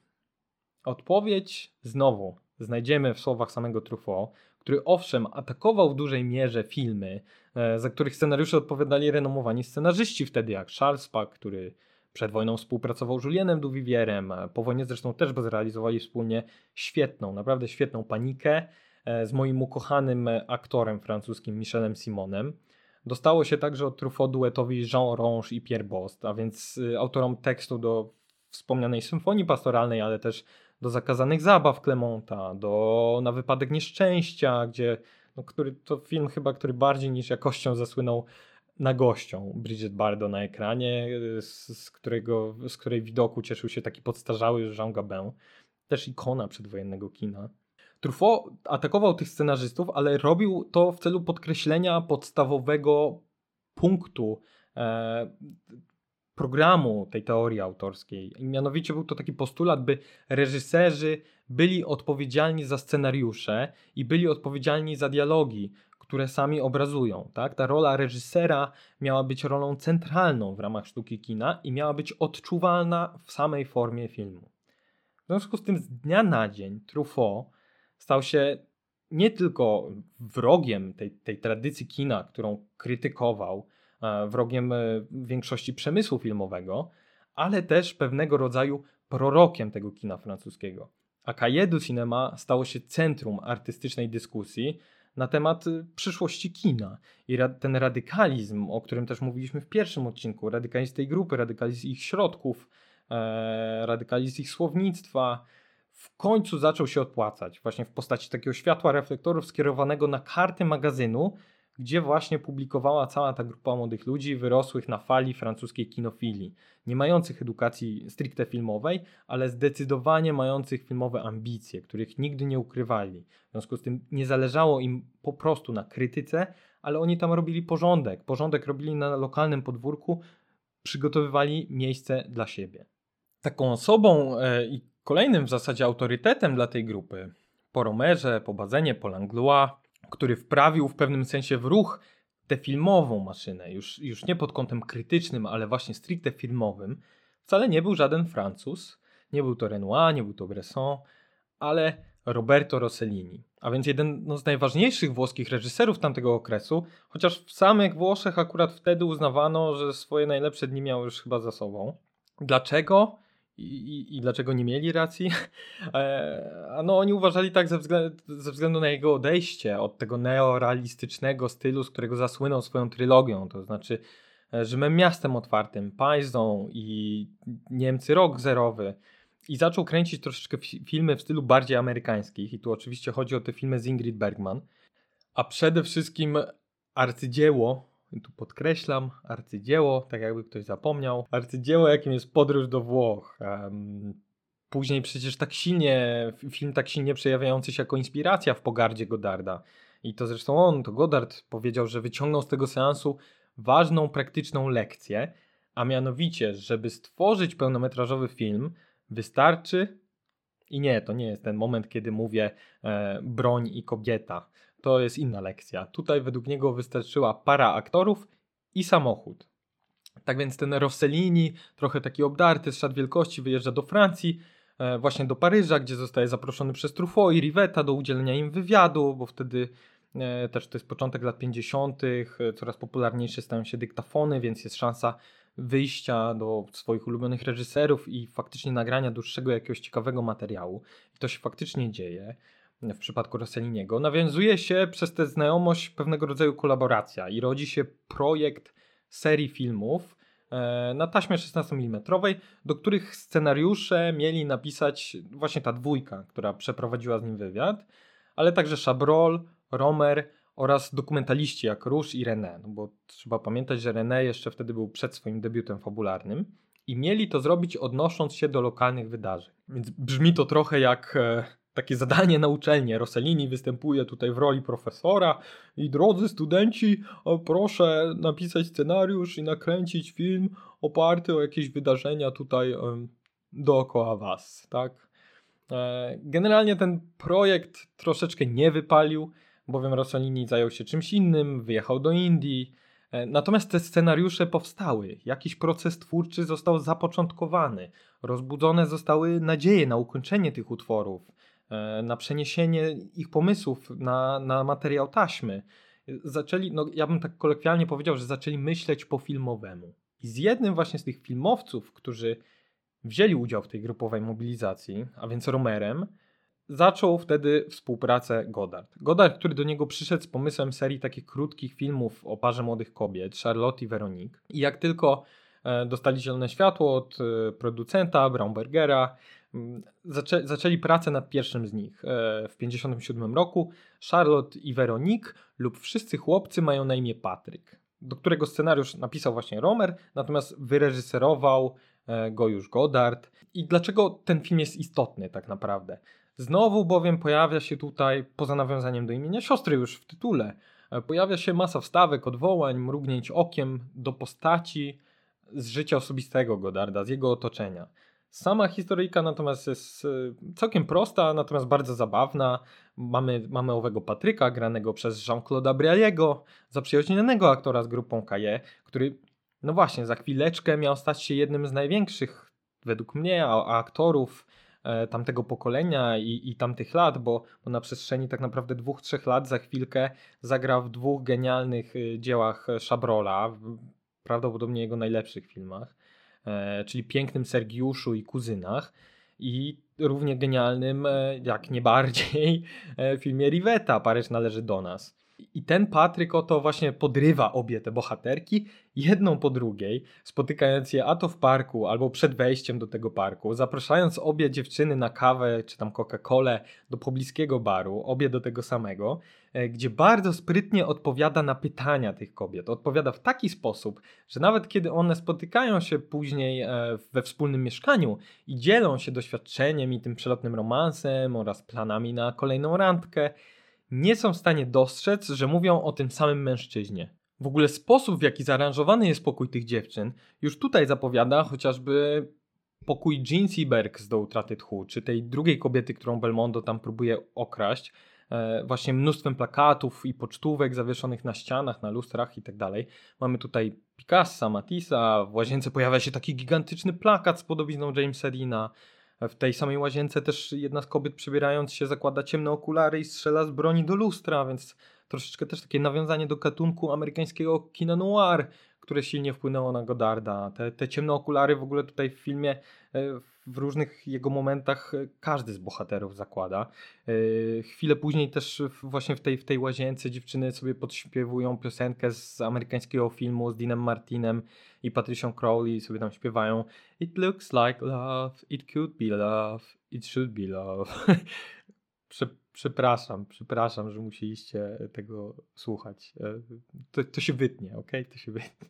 [SPEAKER 1] Odpowiedź znowu znajdziemy w słowach samego Truffaut, który owszem atakował w dużej mierze filmy, e, za których scenariusze odpowiadali renomowani scenarzyści wtedy, jak Charles Pack, który przed wojną współpracował z Julienem Duvivierem, po wojnie zresztą też zrealizowali wspólnie świetną, naprawdę świetną Panikę e, z moim ukochanym aktorem francuskim Michelem Simonem. Dostało się także od Truffaut duetowi Jean Orange i Pierre Bost, a więc y, autorom tekstu do wspomnianej Symfonii Pastoralnej, ale też do Zakazanych Zabaw Clemonta, do Na wypadek nieszczęścia, gdzie, no, który, to film chyba, który bardziej niż jakością zasłynął nagością Brigitte Bardot na ekranie, z, z, którego, z której widoku cieszył się taki podstarzały Jean Gabin, też ikona przedwojennego kina. Truffaut atakował tych scenarzystów, ale robił to w celu podkreślenia podstawowego punktu, e, programu tej teorii autorskiej. I mianowicie był to taki postulat, by reżyserzy byli odpowiedzialni za scenariusze i byli odpowiedzialni za dialogi, które sami obrazują. Tak? Ta rola reżysera miała być rolą centralną w ramach sztuki kina i miała być odczuwalna w samej formie filmu. W związku z tym z dnia na dzień Truffaut stał się nie tylko wrogiem tej, tej tradycji kina, którą krytykował, wrogiem większości przemysłu filmowego, ale też pewnego rodzaju prorokiem tego kina francuskiego. A Cahiers du Cinéma stało się centrum artystycznej dyskusji na temat przyszłości kina. I ra- ten radykalizm, o którym też mówiliśmy w pierwszym odcinku, radykalizm tej grupy, radykalizm ich środków, e, radykalizm ich słownictwa, w końcu zaczął się odpłacać właśnie w postaci takiego światła reflektorów skierowanego na karty magazynu, gdzie właśnie publikowała cała ta grupa młodych ludzi wyrosłych na fali francuskiej kinofilii, nie mających edukacji stricte filmowej, ale zdecydowanie mających filmowe ambicje, których nigdy nie ukrywali. W związku z tym nie zależało im po prostu na krytyce, ale oni tam robili porządek. Porządek robili na lokalnym podwórku, przygotowywali miejsce dla siebie. Taką osobą e, i kolejnym w zasadzie autorytetem dla tej grupy, po Romerze, po Bazenie, po Langlois, który wprawił w pewnym sensie w ruch tę filmową maszynę, już, już nie pod kątem krytycznym, ale właśnie stricte filmowym, wcale nie był żaden Francuz, nie był to Renoir, nie był to Bresson, ale Roberto Rossellini, a więc jeden no, z najważniejszych włoskich reżyserów tamtego okresu, chociaż w samych Włoszech akurat wtedy uznawano, że swoje najlepsze dni miał już chyba za sobą. Dlaczego? I, i, i dlaczego nie mieli racji? E, no oni uważali tak ze względu, ze względu na jego odejście od tego neorealistycznego stylu, z którego zasłynął swoją trylogią, to znaczy Rzymem Miastem Otwartym, Pajzą i Niemcy Rok Zerowy, i zaczął kręcić troszeczkę fi- filmy w stylu bardziej amerykańskich, i tu oczywiście chodzi o te filmy z Ingrid Bergman, a przede wszystkim arcydzieło, i tu podkreślam, arcydzieło, tak jakby ktoś zapomniał, arcydzieło, jakim jest Podróż do Włoch. Um, później przecież tak silnie, film tak silnie przejawiający się jako inspiracja w pogardzie Godarda. I to zresztą on, to Godard powiedział, że wyciągnął z tego seansu ważną, praktyczną lekcję, a mianowicie, żeby stworzyć pełnometrażowy film, wystarczy, i nie, to nie jest ten moment, kiedy mówię e, broń i kobieta. To jest inna lekcja. Tutaj według niego wystarczyła para aktorów i samochód. Tak więc ten Rossellini, trochę taki obdarty z szat wielkości, wyjeżdża do Francji, e, właśnie do Paryża, gdzie zostaje zaproszony przez Truffaut i Rivetta do udzielenia im wywiadu, bo wtedy e, też to jest początek lat pięćdziesiątych, e, coraz popularniejsze stają się dyktafony, więc jest szansa wyjścia do swoich ulubionych reżyserów i faktycznie nagrania dłuższego jakiegoś ciekawego materiału. I to się faktycznie dzieje. W przypadku Rosselliniego nawiązuje się przez tę znajomość pewnego rodzaju kolaboracja i rodzi się projekt serii filmów e, na taśmie szesnastomilimmetrowej, do których scenariusze mieli napisać właśnie ta dwójka, która przeprowadziła z nim wywiad, ale także Chabrol, Romer oraz dokumentaliści jak Rouge i René, no bo trzeba pamiętać, że René jeszcze wtedy był przed swoim debiutem fabularnym i mieli to zrobić odnosząc się do lokalnych wydarzeń. Więc brzmi to trochę jak e, takie zadanie na uczelnię. Rossellini występuje tutaj w roli profesora i drodzy studenci, o, proszę napisać scenariusz i nakręcić film oparty o jakieś wydarzenia tutaj e, dookoła was, tak? E, generalnie ten projekt troszeczkę nie wypalił, bowiem Rossellini zajął się czymś innym, wyjechał do Indii. E, natomiast te scenariusze powstały, jakiś proces twórczy został zapoczątkowany, rozbudzone zostały nadzieje na ukończenie tych utworów, e, na przeniesienie ich pomysłów na, na materiał taśmy. Zaczęli, no ja bym tak kolokwialnie powiedział, że zaczęli myśleć po filmowemu. I z jednym właśnie z tych filmowców, którzy wzięli udział w tej grupowej mobilizacji, a więc Romerem, zaczął wtedy współpracę Godard. Godard, który do niego przyszedł z pomysłem serii takich krótkich filmów o parze młodych kobiet, Charlotte i Veronique. I jak tylko e, dostali zielone światło od e, producenta Braunbergera, m, zaczę, zaczęli pracę nad pierwszym z nich. E, w tysiąc dziewięćset pięćdziesiątym siódmym roku Charlotte i Veronique lub Wszyscy chłopcy mają na imię Patryk, do którego scenariusz napisał właśnie Romer, natomiast wyreżyserował e, go już Godard. I dlaczego ten film jest istotny tak naprawdę? Znowu bowiem pojawia się tutaj, poza nawiązaniem do imienia siostry już w tytule, pojawia się masa wstawek, odwołań, mrugnięć okiem do postaci z życia osobistego Godarda, z jego otoczenia. Sama historyjka natomiast jest całkiem prosta, natomiast bardzo zabawna. Mamy, mamy owego Patryka, granego przez Jean-Claude'a Brialego, zaprzyjaźnionego aktora z grupą K J, który, no właśnie, za chwileczkę miał stać się jednym z największych, według mnie, a, a aktorów e, tamtego pokolenia i, i tamtych lat, bo, bo na przestrzeni tak naprawdę dwóch, trzech lat za chwilkę zagra w dwóch genialnych y, dziełach Szabrola, w, prawdopodobnie jego najlepszych filmach, e, czyli Pięknym Sergiuszu i Kuzynach, i równie genialnym, e, jak nie bardziej, e, filmie Rivetta, Paryż należy do nas. I ten Patryk oto właśnie podrywa obie te bohaterki, jedną po drugiej, spotykając je a to w parku, albo przed wejściem do tego parku, zapraszając obie dziewczyny na kawę, czy tam Coca-Colę do pobliskiego baru, obie do tego samego, gdzie bardzo sprytnie odpowiada na pytania tych kobiet. Odpowiada w taki sposób, że nawet kiedy one spotykają się później we wspólnym mieszkaniu i dzielą się doświadczeniem i tym przelotnym romansem oraz planami na kolejną randkę, nie są w stanie dostrzec, że mówią o tym samym mężczyźnie. W ogóle sposób, w jaki zaaranżowany jest pokój tych dziewczyn, już tutaj zapowiada chociażby pokój Jean Seberg do Utraty tchu, czy tej drugiej kobiety, którą Belmondo tam próbuje okraść, e, właśnie mnóstwem plakatów i pocztówek zawieszonych na ścianach, na lustrach i tak dalej. Mamy tutaj Picassa, Matissa, w łazience pojawia się taki gigantyczny plakat z podobizną Jamesa Deana. W tej samej łazience też jedna z kobiet, przebierając się, zakłada ciemne okulary i strzela z broni do lustra, więc troszeczkę też takie nawiązanie do gatunku amerykańskiego kina noir, które silnie wpłynęło na Godarda. Te, te ciemne okulary w ogóle tutaj w filmie, w różnych jego momentach każdy z bohaterów zakłada. Chwilę później też właśnie w tej, w tej łazience dziewczyny sobie podśpiewują piosenkę z amerykańskiego filmu z Deanem Martinem i Patricią Crowley, sobie tam śpiewają It looks like love, it could be love, it should be love. Prze, przepraszam, przepraszam, że musieliście tego słuchać. To, to się wytnie, ok? To się wytnie.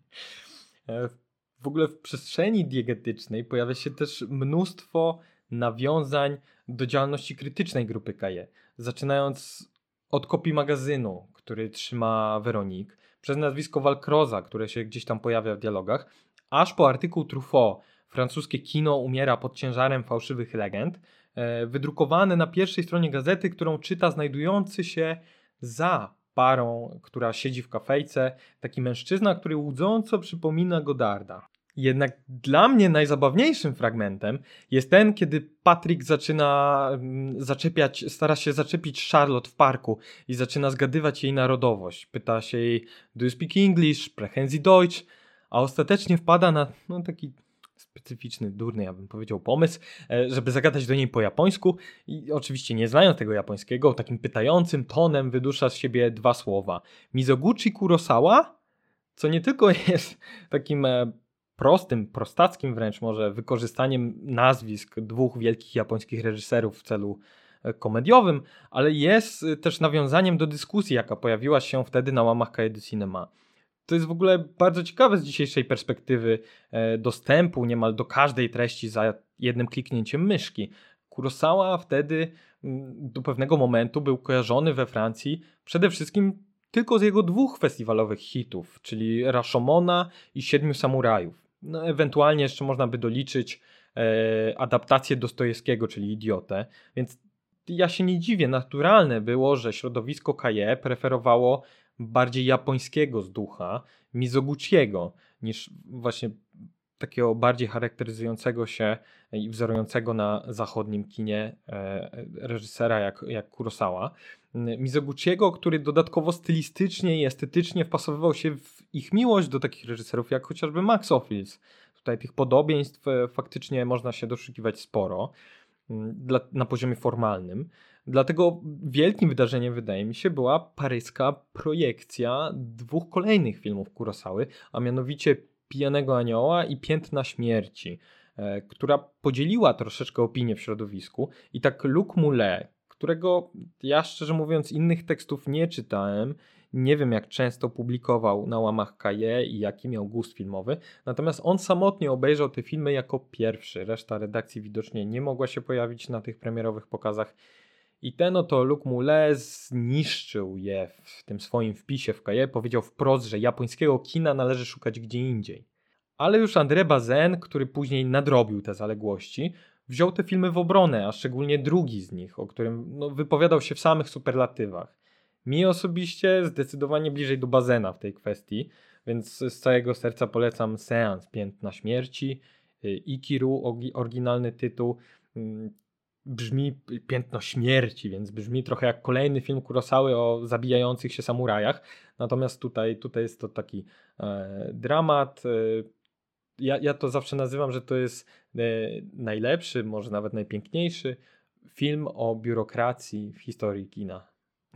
[SPEAKER 1] W ogóle w przestrzeni diegetycznej pojawia się też mnóstwo nawiązań do działalności krytycznej grupy K J. Zaczynając od kopii magazynu, który trzyma Weronik, przez nazwisko Walkroza, które się gdzieś tam pojawia w dialogach, aż po artykuł Truffaut, francuskie kino umiera pod ciężarem fałszywych legend, wydrukowany na pierwszej stronie gazety, którą czyta znajdujący się za parą, która siedzi w kafejce, taki mężczyzna, który łudząco przypomina Godarda. Jednak dla mnie najzabawniejszym fragmentem jest ten, kiedy Patryk zaczyna zaczepiać, stara się zaczepić Charlotte w parku i zaczyna zgadywać jej narodowość. Pyta się jej, do you speak English, sprechen Sie Deutsch? A ostatecznie wpada na no, taki specyficzny, durny, ja bym powiedział, pomysł, żeby zagadać do niej po japońsku i oczywiście nie znając tego japońskiego, takim pytającym tonem wydusza z siebie dwa słowa. Mizoguchi Kurosawa, co nie tylko jest takim prostym, prostackim wręcz może wykorzystaniem nazwisk dwóch wielkich japońskich reżyserów w celu komediowym, ale jest też nawiązaniem do dyskusji, jaka pojawiła się wtedy na łamach Cahiers du Cinéma. To jest w ogóle bardzo ciekawe z dzisiejszej perspektywy dostępu niemal do każdej treści za jednym kliknięciem myszki. Kurosawa wtedy do pewnego momentu był kojarzony we Francji przede wszystkim tylko z jego dwóch festiwalowych hitów, czyli Rashomona i Siedmiu Samurajów. No, ewentualnie jeszcze można by doliczyć e, adaptację Dostojewskiego, czyli Idiotę, więc ja się nie dziwię, naturalne było, że środowisko K J preferowało bardziej japońskiego z ducha, Mizoguchiego, niż właśnie takiego bardziej charakteryzującego się i wzorującego na zachodnim kinie e, reżysera jak, jak Kurosawa. Mizoguchiego, który dodatkowo stylistycznie i estetycznie wpasowywał się w ich miłość do takich reżyserów jak chociażby Max Ophüls. Tutaj tych podobieństw faktycznie można się doszukiwać sporo dla, na poziomie formalnym. Dlatego wielkim wydarzeniem, wydaje mi się, była paryska projekcja dwóch kolejnych filmów Kurosawy, a mianowicie Pijanego Anioła i Piętna Śmierci, e, która podzieliła troszeczkę opinię w środowisku i tak Luc Moulet, którego ja szczerze mówiąc innych tekstów nie czytałem, nie wiem jak często publikował na łamach K J i jaki miał gust filmowy, natomiast on samotnie obejrzał te filmy jako pierwszy, reszta redakcji widocznie nie mogła się pojawić na tych premierowych pokazach i ten oto Luc Moulet zniszczył je w tym swoim wpisie w K J, powiedział wprost, że japońskiego kina należy szukać gdzie indziej. Ale już André Bazin, który później nadrobił te zaległości, wziął te filmy w obronę, a szczególnie drugi z nich, o którym no, wypowiadał się w samych superlatywach. Mi osobiście zdecydowanie bliżej do Bazena w tej kwestii, więc z całego serca polecam Seans Piętna Śmierci, Ikiru, oryginalny tytuł. Brzmi Piętno Śmierci, więc brzmi trochę jak kolejny film Kurosawy o zabijających się samurajach. Natomiast tutaj, tutaj jest to taki e, dramat. E, ja, ja to zawsze nazywam, że to jest e, najlepszy, może nawet najpiękniejszy film o biurokracji w historii kina.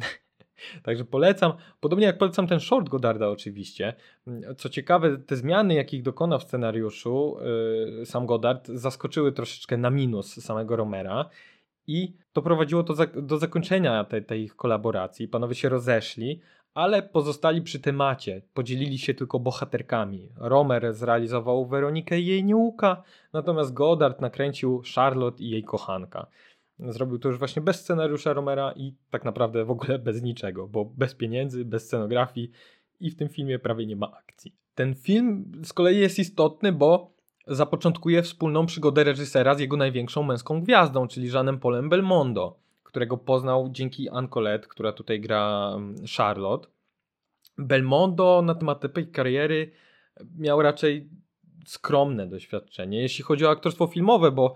[SPEAKER 1] Także polecam, podobnie jak polecam ten short Godarda oczywiście. Co ciekawe, te zmiany, jakich dokonał w scenariuszu yy, sam Godard, zaskoczyły troszeczkę na minus samego Romera i to prowadziło to za, do zakończenia tej, tej ich kolaboracji. Panowie się rozeszli, ale pozostali przy temacie. Podzielili się tylko bohaterkami. Romer zrealizował Weronikę i jej nieuka, natomiast Godard nakręcił Charlotte i jej kochanka. Zrobił to już właśnie bez scenariusza Romera i tak naprawdę w ogóle bez niczego, bo bez pieniędzy, bez scenografii i w tym filmie prawie nie ma akcji. Ten film z kolei jest istotny, bo zapoczątkuje wspólną przygodę reżysera z jego największą męską gwiazdą, czyli Jeanem Paulem Belmondo, którego poznał dzięki Anne Collette, która tutaj gra Charlotte. Belmondo na temat tej kariery miał raczej skromne doświadczenie, jeśli chodzi o aktorstwo filmowe, bo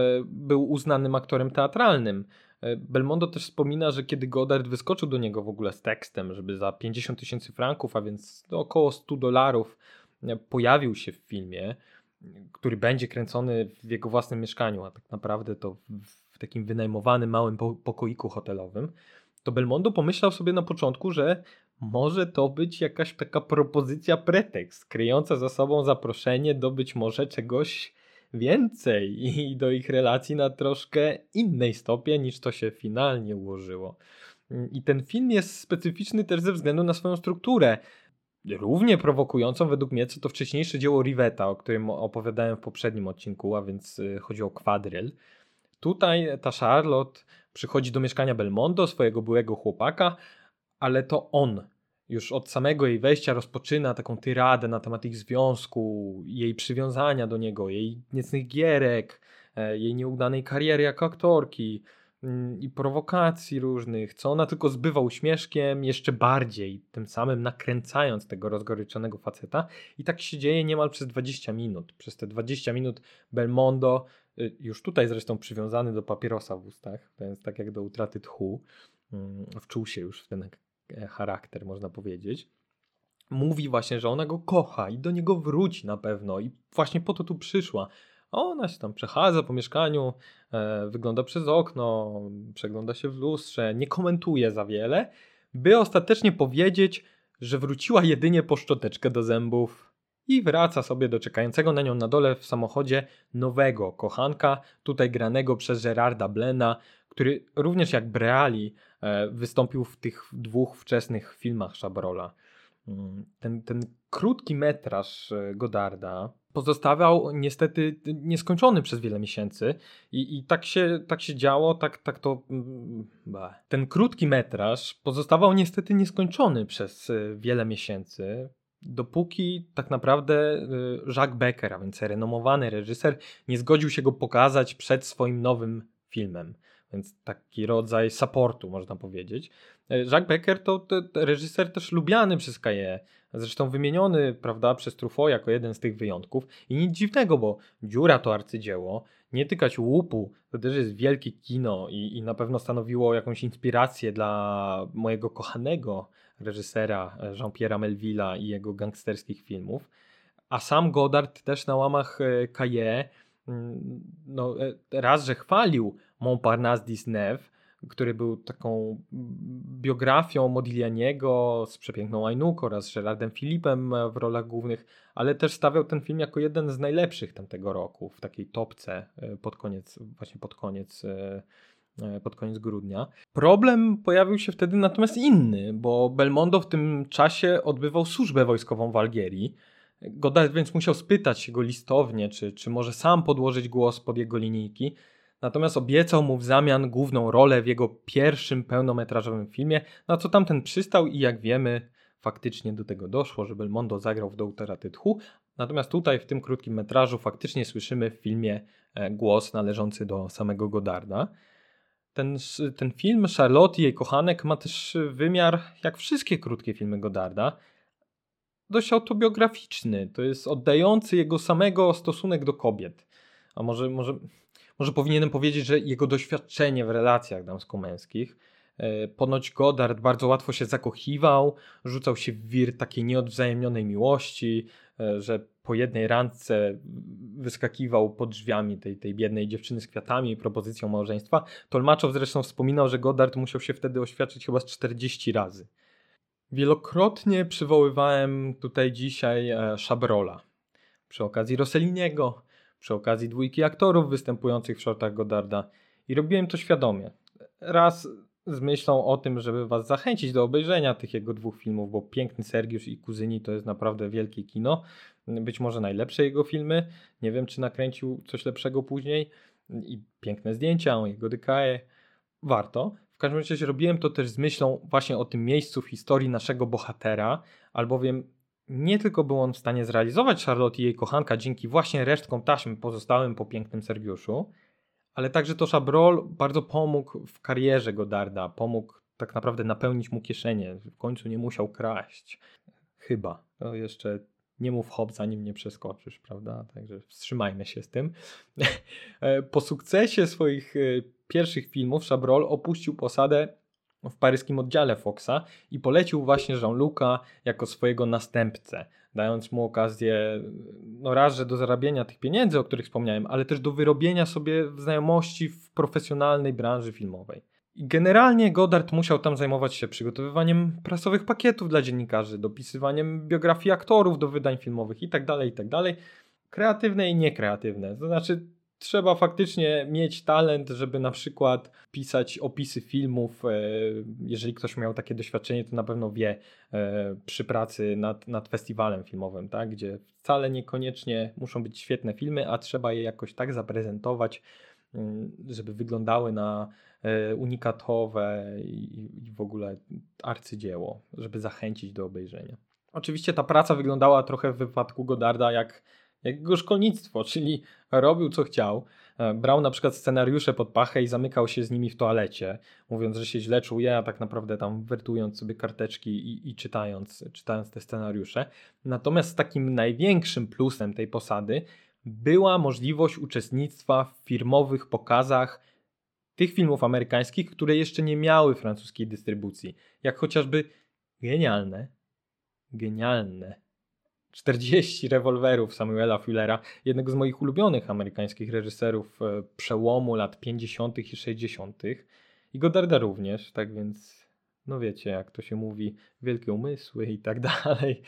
[SPEAKER 1] był uznanym aktorem teatralnym. Belmondo też wspomina, że kiedy Godard wyskoczył do niego w ogóle z tekstem, żeby za pięćdziesiąt tysięcy franków, a więc około sto dolarów pojawił się w filmie, który będzie kręcony w jego własnym mieszkaniu, a tak naprawdę to w takim wynajmowanym małym pokoiku hotelowym, to Belmondo pomyślał sobie na początku, że może to być jakaś taka propozycja, pretekst, kryjąca za sobą zaproszenie do być może czegoś więcej i do ich relacji na troszkę innej stopie niż to się finalnie ułożyło. I ten film jest specyficzny też ze względu na swoją strukturę. Równie prowokującą według mnie, co to wcześniejsze dzieło Rivetta, o którym opowiadałem w poprzednim odcinku, a więc chodzi o kwadryl. Tutaj ta Charlotte przychodzi do mieszkania Belmondo, swojego byłego chłopaka, ale to on już od samego jej wejścia rozpoczyna taką tyradę na temat ich związku, jej przywiązania do niego, jej niecnych gierek, jej nieudanej kariery jako aktorki i prowokacji różnych, co ona tylko zbywa uśmieszkiem, jeszcze bardziej, tym samym nakręcając tego rozgoryczonego faceta. I tak się dzieje niemal przez dwadzieścia minut. Przez te dwadzieścia minut Belmondo, już tutaj zresztą przywiązany do papierosa w ustach, więc tak jak do utraty tchu, wczuł się już w ten charakter, można powiedzieć. Mówi właśnie, że ona go kocha i do niego wróci na pewno i właśnie po to tu przyszła. A ona się tam przechadza po mieszkaniu, e, wygląda przez okno, przegląda się w lustrze, nie komentuje za wiele, by ostatecznie powiedzieć, że wróciła jedynie po szczoteczkę do zębów i wraca sobie do czekającego na nią na dole w samochodzie nowego kochanka, tutaj granego przez Gerarda Blena, który również jak Breali e, wystąpił w tych dwóch wczesnych filmach Chabrola. Ten, ten krótki metraż Godarda pozostawał niestety nieskończony przez wiele miesięcy i, i tak, się, tak się działo, tak, tak to... Bah. Ten krótki metraż pozostawał niestety nieskończony przez wiele miesięcy, dopóki tak naprawdę Jacques Becker, a więc renomowany reżyser, nie zgodził się go pokazać przed swoim nowym filmem. Więc taki rodzaj supportu, można powiedzieć. Jacques Becker to, to, to reżyser też lubiany przez Cahiers, zresztą wymieniony, prawda, przez Truffaut jako jeden z tych wyjątków. I nic dziwnego, bo Dziura to arcydzieło, Nie tykać łupu to też jest wielkie kino i, i na pewno stanowiło jakąś inspirację dla mojego kochanego reżysera Jean-Pierre'a Melville'a i jego gangsterskich filmów. A sam Godard też na łamach Cahiers no, raz, że chwalił Montparnasse Disneyve, który był taką biografią Modiglianiego z przepiękną Aynuk oraz z Gerardem Philippem w rolach głównych, ale też stawiał ten film jako jeden z najlepszych tamtego roku w takiej topce pod koniec, właśnie pod koniec, pod koniec grudnia. Problem pojawił się wtedy natomiast inny, bo Belmondo w tym czasie odbywał służbę wojskową w Algierii. Godard więc musiał spytać się go listownie, czy, czy może sam podłożyć głos pod jego linijki. Natomiast obiecał mu w zamian główną rolę w jego pierwszym pełnometrażowym filmie, na co tamten przystał i jak wiemy faktycznie do tego doszło, że Belmondo zagrał w Do utraty tchu, Natomiast tutaj w tym krótkim metrażu faktycznie słyszymy w filmie głos należący do samego Goddarda. Ten, ten film Charlotte i jej kochanek ma też wymiar, jak wszystkie krótkie filmy Goddarda, dość autobiograficzny. To jest oddający jego samego stosunek do kobiet. A może, może, może powinienem powiedzieć, że jego doświadczenie w relacjach damsko-męskich. Ponoć Goddard bardzo łatwo się zakochiwał, rzucał się w wir takiej nieodwzajemnionej miłości, że po jednej randce wyskakiwał pod drzwiami tej, tej biednej dziewczyny z kwiatami i propozycją małżeństwa. Tolmaczow zresztą wspominał, że Goddard musiał się wtedy oświadczyć chyba z czterdzieści razy. Wielokrotnie przywoływałem tutaj dzisiaj Chabrola. Przy okazji Rosselliniego, przy okazji dwójki aktorów występujących w shortach Goddarda. I robiłem to świadomie. Raz z myślą o tym, żeby was zachęcić do obejrzenia tych jego dwóch filmów, bo Piękny Sergiusz i Kuzyni to jest naprawdę wielkie kino. Być może najlepsze jego filmy. Nie wiem, czy nakręcił coś lepszego później. I piękne zdjęcia, jego dykaje. Warto. W każdym razie robiłem to też z myślą właśnie o tym miejscu w historii naszego bohatera, albowiem nie tylko był on w stanie zrealizować Charlotte i jej kochanka dzięki właśnie resztkom taśmy pozostałym po Pięknym Sergiuszu, ale także to Chabrol bardzo pomógł w karierze Goddarda, pomógł tak naprawdę napełnić mu kieszenie, w końcu nie musiał kraść. Chyba. To jeszcze nie mów hop, zanim nie przeskoczysz, prawda? Także wstrzymajmy się z tym. Po sukcesie swoich pierwszych filmów Chabrol opuścił posadę w paryskim oddziale Foxa i polecił właśnie Jean-Luc'a jako swojego następcę, dając mu okazję no raz, że do zarabiania tych pieniędzy, o których wspomniałem, ale też do wyrobienia sobie znajomości w profesjonalnej branży filmowej. I generalnie Goddard musiał tam zajmować się przygotowywaniem prasowych pakietów dla dziennikarzy, dopisywaniem biografii aktorów do wydań filmowych itd., itd. Kreatywne i niekreatywne. To znaczy trzeba faktycznie mieć talent, żeby na przykład pisać opisy filmów. Jeżeli ktoś miał takie doświadczenie, to na pewno wie przy pracy nad, nad festiwalem filmowym, tak? Gdzie wcale niekoniecznie muszą być świetne filmy, a trzeba je jakoś tak zaprezentować, żeby wyglądały na unikatowe i, i w ogóle arcydzieło, żeby zachęcić do obejrzenia. Oczywiście ta praca wyglądała trochę w wypadku Goddarda jak jak jego szkolnictwo, czyli robił co chciał, brał na przykład scenariusze pod pachę i zamykał się z nimi w toalecie, mówiąc, że się źle czuje, a tak naprawdę tam wertując sobie karteczki i, i czytając, czytając te scenariusze. Natomiast takim największym plusem tej posady była możliwość uczestnictwa w firmowych pokazach tych filmów amerykańskich, które jeszcze nie miały francuskiej dystrybucji, jak chociażby genialne, genialne czterdzieści rewolwerów Samuela Fullera, jednego z moich ulubionych amerykańskich reżyserów przełomu lat pięćdziesiątych i sześćdziesiątych. I Goddarda również, tak więc no wiecie, jak to się mówi, wielkie umysły i tak dalej.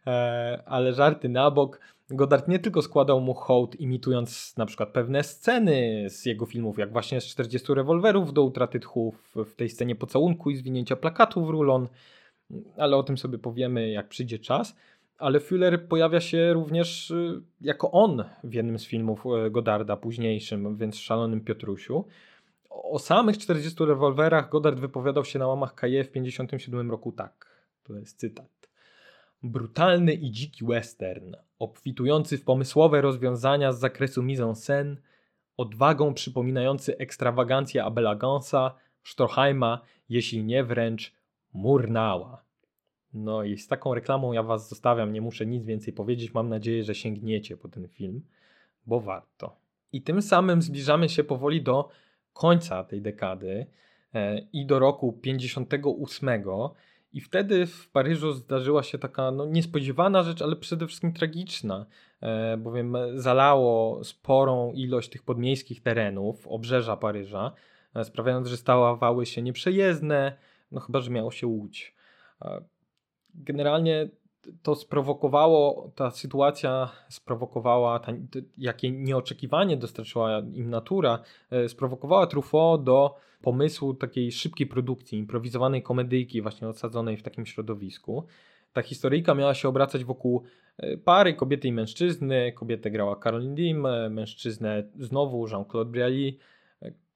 [SPEAKER 1] Ale żarty na bok. Goddard nie tylko składał mu hołd, imitując na przykład pewne sceny z jego filmów, jak właśnie z czterdziestu rewolwerów do utraty tchu w tej scenie pocałunku i zwinięcia plakatu w rulon, ale o tym sobie powiemy, jak przyjdzie czas. Ale Fuller pojawia się również jako on w jednym z filmów Goddarda, późniejszym, więc Szalonym Piotrusiu. O samych czterdziestu rewolwerach Goddard wypowiadał się na łamach K J w tysiąc dziewięćset pięćdziesiątym siódmym roku tak. To jest cytat. Brutalny i dziki western, obfitujący w pomysłowe rozwiązania z zakresu mise-en-scène, odwagą przypominający ekstrawagancję Abela Gansa, Stroheima, jeśli nie wręcz Murnała. No i z taką reklamą ja was zostawiam, nie muszę nic więcej powiedzieć. Mam nadzieję, że sięgniecie po ten film, bo warto. I tym samym zbliżamy się powoli do końca tej dekady e, i do roku pięćdziesiątego ósmego. I wtedy w Paryżu zdarzyła się taka no, niespodziewana rzecz, ale przede wszystkim tragiczna, e, bowiem zalało sporą ilość tych podmiejskich terenów, obrzeża Paryża, e, sprawiając, że stawały się nieprzejezdne, no chyba, że miało się Łódź. E, Generalnie to sprowokowało, ta sytuacja sprowokowała, ta, jakie nieoczekiwanie dostarczyła im natura, sprowokowała Truffaut do pomysłu takiej szybkiej produkcji, improwizowanej komedyjki właśnie osadzonej w takim środowisku. Ta historyjka miała się obracać wokół pary kobiety i mężczyzny. Kobietę grała Caroline Dim, mężczyznę znowu Jean-Claude Brialy.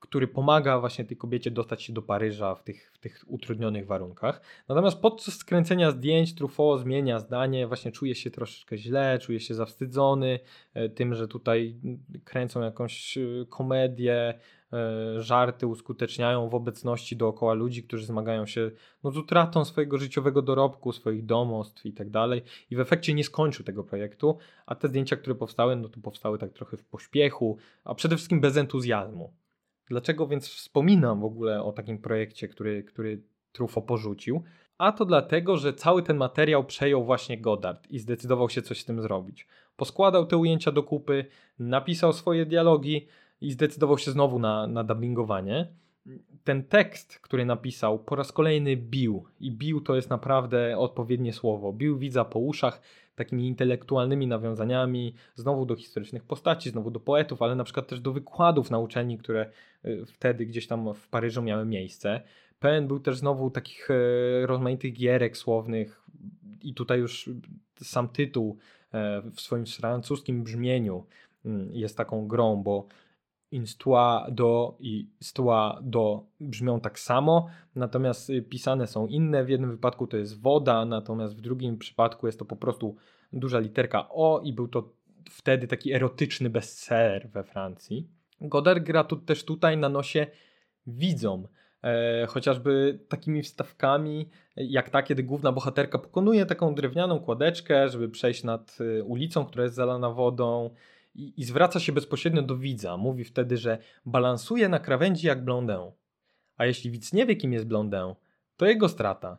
[SPEAKER 1] który pomaga właśnie tej kobiecie dostać się do Paryża w tych, w tych utrudnionych warunkach. Natomiast podczas skręcenia zdjęć Truffaut zmienia zdanie, właśnie czuje się troszeczkę źle, czuje się zawstydzony e, tym, że tutaj kręcą jakąś e, komedię, e, żarty uskuteczniają w obecności dookoła ludzi, którzy zmagają się no, z utratą swojego życiowego dorobku, swoich domostw i tak dalej. I w efekcie nie skończył tego projektu, a te zdjęcia, które powstały, no to powstały tak trochę w pośpiechu, a przede wszystkim bez entuzjazmu. Dlaczego więc wspominam w ogóle o takim projekcie, który, który Truffaut porzucił? A to dlatego, że cały ten materiał przejął właśnie Godard i zdecydował się coś z tym zrobić. Poskładał te ujęcia do kupy, napisał swoje dialogi i zdecydował się znowu na, na dubbingowanie. Ten tekst, który napisał, po raz kolejny bił. I bił to jest naprawdę odpowiednie słowo. Bił widza po uszach takimi intelektualnymi nawiązaniami, znowu do historycznych postaci, znowu do poetów, ale na przykład też do wykładów na uczelni, które wtedy gdzieś tam w Paryżu miały miejsce. Pełen był też znowu takich rozmaitych gierek słownych i tutaj już sam tytuł w swoim francuskim brzmieniu jest taką grą, bo Instoire do i Histoire do brzmią tak samo, natomiast pisane są inne. W jednym wypadku to jest woda, natomiast w drugim przypadku jest to po prostu duża literka O i był to wtedy taki erotyczny bestseller we Francji. Godard gra tu, też tutaj na nosie widzom, e, chociażby takimi wstawkami jak ta, kiedy główna bohaterka pokonuje taką drewnianą kładeczkę, żeby przejść nad ulicą, która jest zalana wodą. I, I zwraca się bezpośrednio do widza. Mówi wtedy, że balansuje na krawędzi jak Blondin. A jeśli widz nie wie, kim jest Blondin, to jego strata.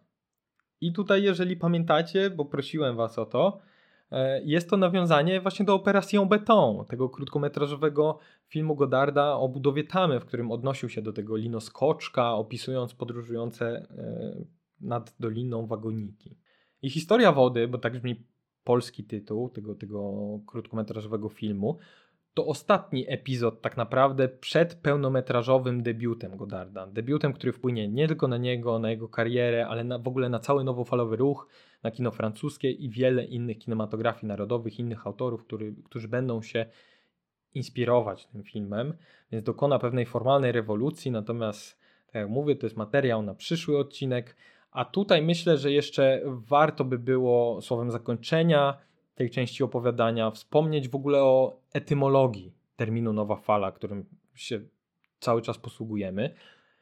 [SPEAKER 1] I tutaj, jeżeli pamiętacie, bo prosiłem was o to, jest to nawiązanie właśnie do Opération Béton, tego krótkometrażowego filmu Godarda o budowie tamy, w którym odnosił się do tego linoskoczka, opisując podróżujące nad doliną wagoniki. I historia wody, bo tak brzmi polski tytuł tego, tego krótkometrażowego filmu, to ostatni epizod tak naprawdę przed pełnometrażowym debiutem Godarda. Debiutem, który wpłynie nie tylko na niego, na jego karierę, ale na, w ogóle na cały nowofalowy ruch, na kino francuskie i wiele innych kinematografii narodowych, innych autorów, który, którzy będą się inspirować tym filmem, więc dokona pewnej formalnej rewolucji, natomiast tak jak mówię, to jest materiał na przyszły odcinek. A tutaj myślę, że jeszcze warto by było słowem zakończenia tej części opowiadania wspomnieć w ogóle o etymologii terminu nowa fala, którym się cały czas posługujemy.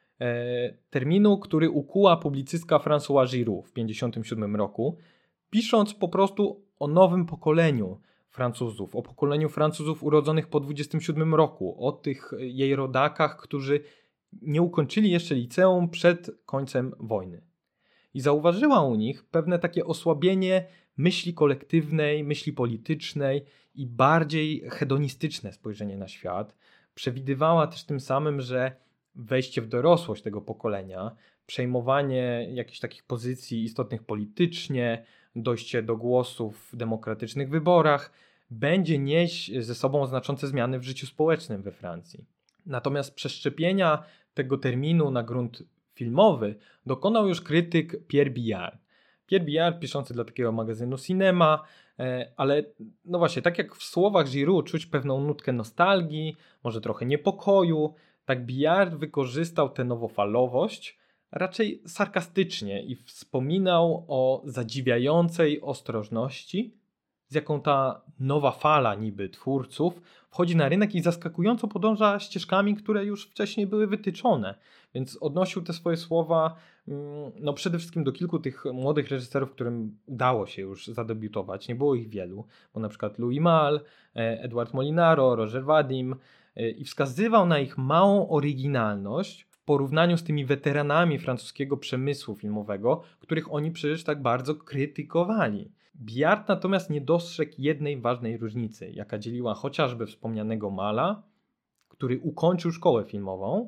[SPEAKER 1] E, terminu, który ukuła publicystka François Giroud w tysiąc dziewięćset pięćdziesiątym siódmym roku, pisząc po prostu o nowym pokoleniu Francuzów, o pokoleniu Francuzów urodzonych po dwudziestym siódmym roku, o tych jej rodakach, którzy nie ukończyli jeszcze liceum przed końcem wojny. I zauważyła u nich pewne takie osłabienie myśli kolektywnej, myśli politycznej i bardziej hedonistyczne spojrzenie na świat. Przewidywała też tym samym, że wejście w dorosłość tego pokolenia, przejmowanie jakichś takich pozycji istotnych politycznie, dojście do głosów w demokratycznych wyborach będzie nieść ze sobą znaczące zmiany w życiu społecznym we Francji. Natomiast przeszczepienia tego terminu na grunt filmowy dokonał już krytyk Pierre Billard. Pierre Billard, piszący dla takiego magazynu Cinema, ale no właśnie, tak jak w słowach Giroud czuć pewną nutkę nostalgii, może trochę niepokoju, tak Billard wykorzystał tę nowofalowość raczej sarkastycznie i wspominał o zadziwiającej ostrożności, z jaką ta nowa fala niby twórców wchodzi na rynek i zaskakująco podąża ścieżkami, które już wcześniej były wytyczone. Więc odnosił te swoje słowa no przede wszystkim do kilku tych młodych reżyserów, którym udało się już zadebiutować. Nie było ich wielu, bo na przykład Louis Malle, Edouard Molinaro, Roger Vadim i wskazywał na ich małą oryginalność w porównaniu z tymi weteranami francuskiego przemysłu filmowego, których oni przecież tak bardzo krytykowali. Billard natomiast nie dostrzegł jednej ważnej różnicy, jaka dzieliła chociażby wspomnianego Mala, który ukończył szkołę filmową,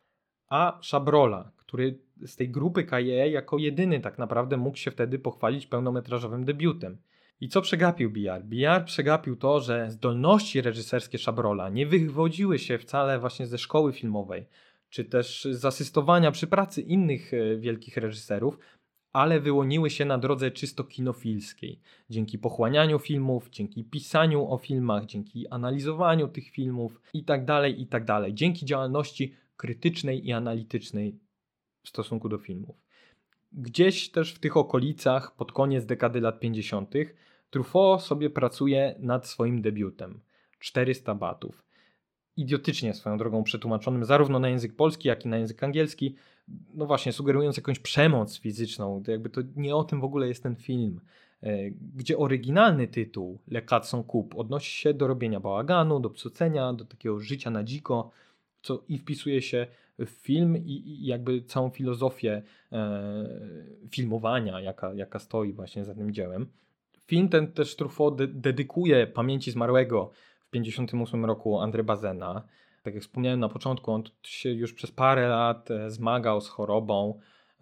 [SPEAKER 1] a Chabrola, który z tej grupy K J E jako jedyny tak naprawdę mógł się wtedy pochwalić pełnometrażowym debiutem. I co przegapił Billard? Billard przegapił to, że zdolności reżyserskie Chabrola nie wywodziły się wcale właśnie ze szkoły filmowej, czy też z asystowania przy pracy innych wielkich reżyserów, ale wyłoniły się na drodze czysto kinofilskiej. Dzięki pochłanianiu filmów, dzięki pisaniu o filmach, dzięki analizowaniu tych filmów i tak dalej, i tak dalej. Dzięki działalności krytycznej i analitycznej w stosunku do filmów. Gdzieś też w tych okolicach, pod koniec dekady lat pięćdziesiątych, Truffaut sobie pracuje nad swoim debiutem. czterysta batów. Idiotycznie swoją drogą przetłumaczonym zarówno na język polski, jak i na język angielski, no właśnie sugerując jakąś przemoc fizyczną. To jakby to nie o tym w ogóle jest ten film. Gdzie oryginalny tytuł Le Quatre Cents Coups odnosi się do robienia bałaganu, do psucenia, do takiego życia na dziko, co i wpisuje się w film i, i jakby całą filozofię e, filmowania, jaka, jaka stoi właśnie za tym dziełem. Film ten też Truffaut de- dedykuje pamięci zmarłego w pięćdziesiątym ósmym roku André Bazina. Tak jak wspomniałem na początku, on się już przez parę lat zmagał z chorobą,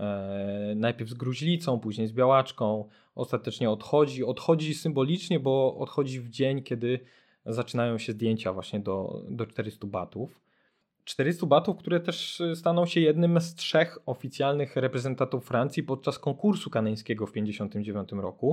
[SPEAKER 1] e, najpierw z gruźlicą, później z białaczką, ostatecznie odchodzi. Odchodzi symbolicznie, bo odchodzi w dzień, kiedy zaczynają się zdjęcia właśnie do, do czterystu batów. czterystu batów, które też staną się jednym z trzech oficjalnych reprezentantów Francji podczas konkursu kaneńskiego w pięćdziesiątym dziewiątym roku.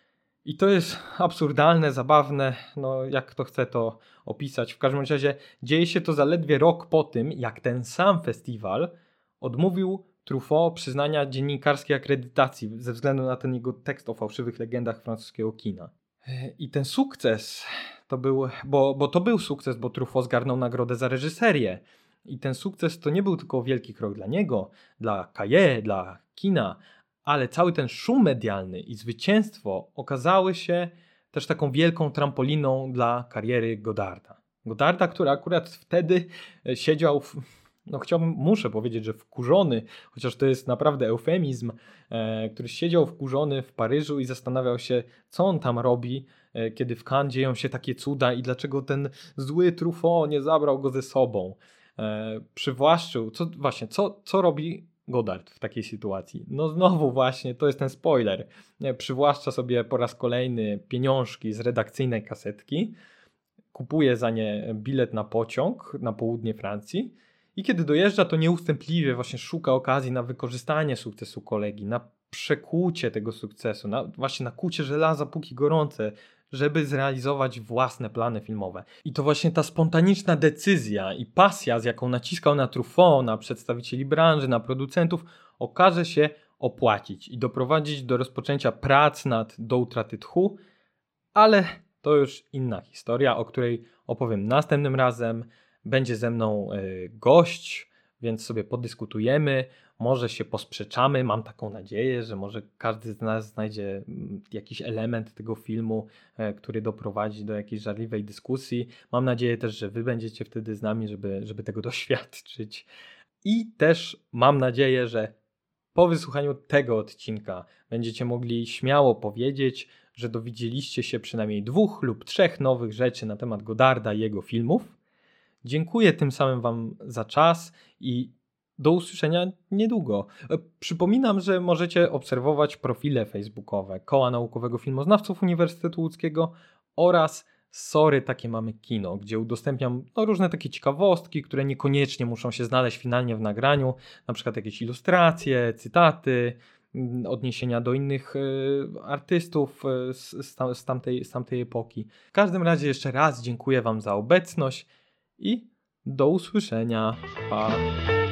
[SPEAKER 1] I to jest absurdalne, zabawne, no jak kto chce to opisać. W każdym razie dzieje się to zaledwie rok po tym, jak ten sam festiwal odmówił Truffaut przyznania dziennikarskiej akredytacji ze względu na ten jego tekst o fałszywych legendach francuskiego kina. I ten sukces to był, bo, bo to był sukces, bo Truffaut zgarnął nagrodę za reżyserię. I ten sukces to nie był tylko wielki krok dla niego, dla Cahiers, dla kina, ale cały ten szum medialny i zwycięstwo okazały się też taką wielką trampoliną dla kariery Godarda. Godarda, który akurat wtedy siedział, w, no chciałbym, muszę powiedzieć, że wkurzony, chociaż to jest naprawdę eufemizm, e, który siedział wkurzony w Paryżu i zastanawiał się, co on tam robi, e, kiedy w Cannes dzieją się takie cuda i dlaczego ten zły Truffaut nie zabrał go ze sobą. E, przywłaszczył, co właśnie, co, co robi Godard w takiej sytuacji? No znowu właśnie, to jest ten spoiler. Przywłaszcza sobie po raz kolejny pieniążki z redakcyjnej kasetki, kupuje za nie bilet na pociąg na południe Francji i kiedy dojeżdża, to nieustępliwie właśnie szuka okazji na wykorzystanie sukcesu kolegi, na przekłucie tego sukcesu, na, właśnie na kucie żelaza póki gorące, żeby zrealizować własne plany filmowe. I to właśnie ta spontaniczna decyzja i pasja, z jaką naciskał na Truffaut, na przedstawicieli branży, na producentów, okaże się opłacić i doprowadzić do rozpoczęcia prac nad Do utraty tchu, ale to już inna historia, o której opowiem następnym razem. Będzie ze mną gość, więc sobie podyskutujemy, może się posprzeczamy, mam taką nadzieję, że może każdy z nas znajdzie jakiś element tego filmu, który doprowadzi do jakiejś żarliwej dyskusji. Mam nadzieję też, że wy będziecie wtedy z nami, żeby, żeby tego doświadczyć. I też mam nadzieję, że po wysłuchaniu tego odcinka będziecie mogli śmiało powiedzieć, że dowiedzieliście się przynajmniej dwóch lub trzech nowych rzeczy na temat Godarda i jego filmów. Dziękuję tym samym wam za czas i do usłyszenia niedługo. Przypominam, że możecie obserwować profile facebookowe Koła Naukowego Filmoznawców Uniwersytetu Łódzkiego oraz Sorry, takie mamy kino, gdzie udostępniam no, różne takie ciekawostki, które niekoniecznie muszą się znaleźć finalnie w nagraniu, na przykład jakieś ilustracje, cytaty, odniesienia do innych y, artystów y, z, z, tamtej, z tamtej epoki. W każdym razie jeszcze raz dziękuję wam za obecność i do usłyszenia. Pa!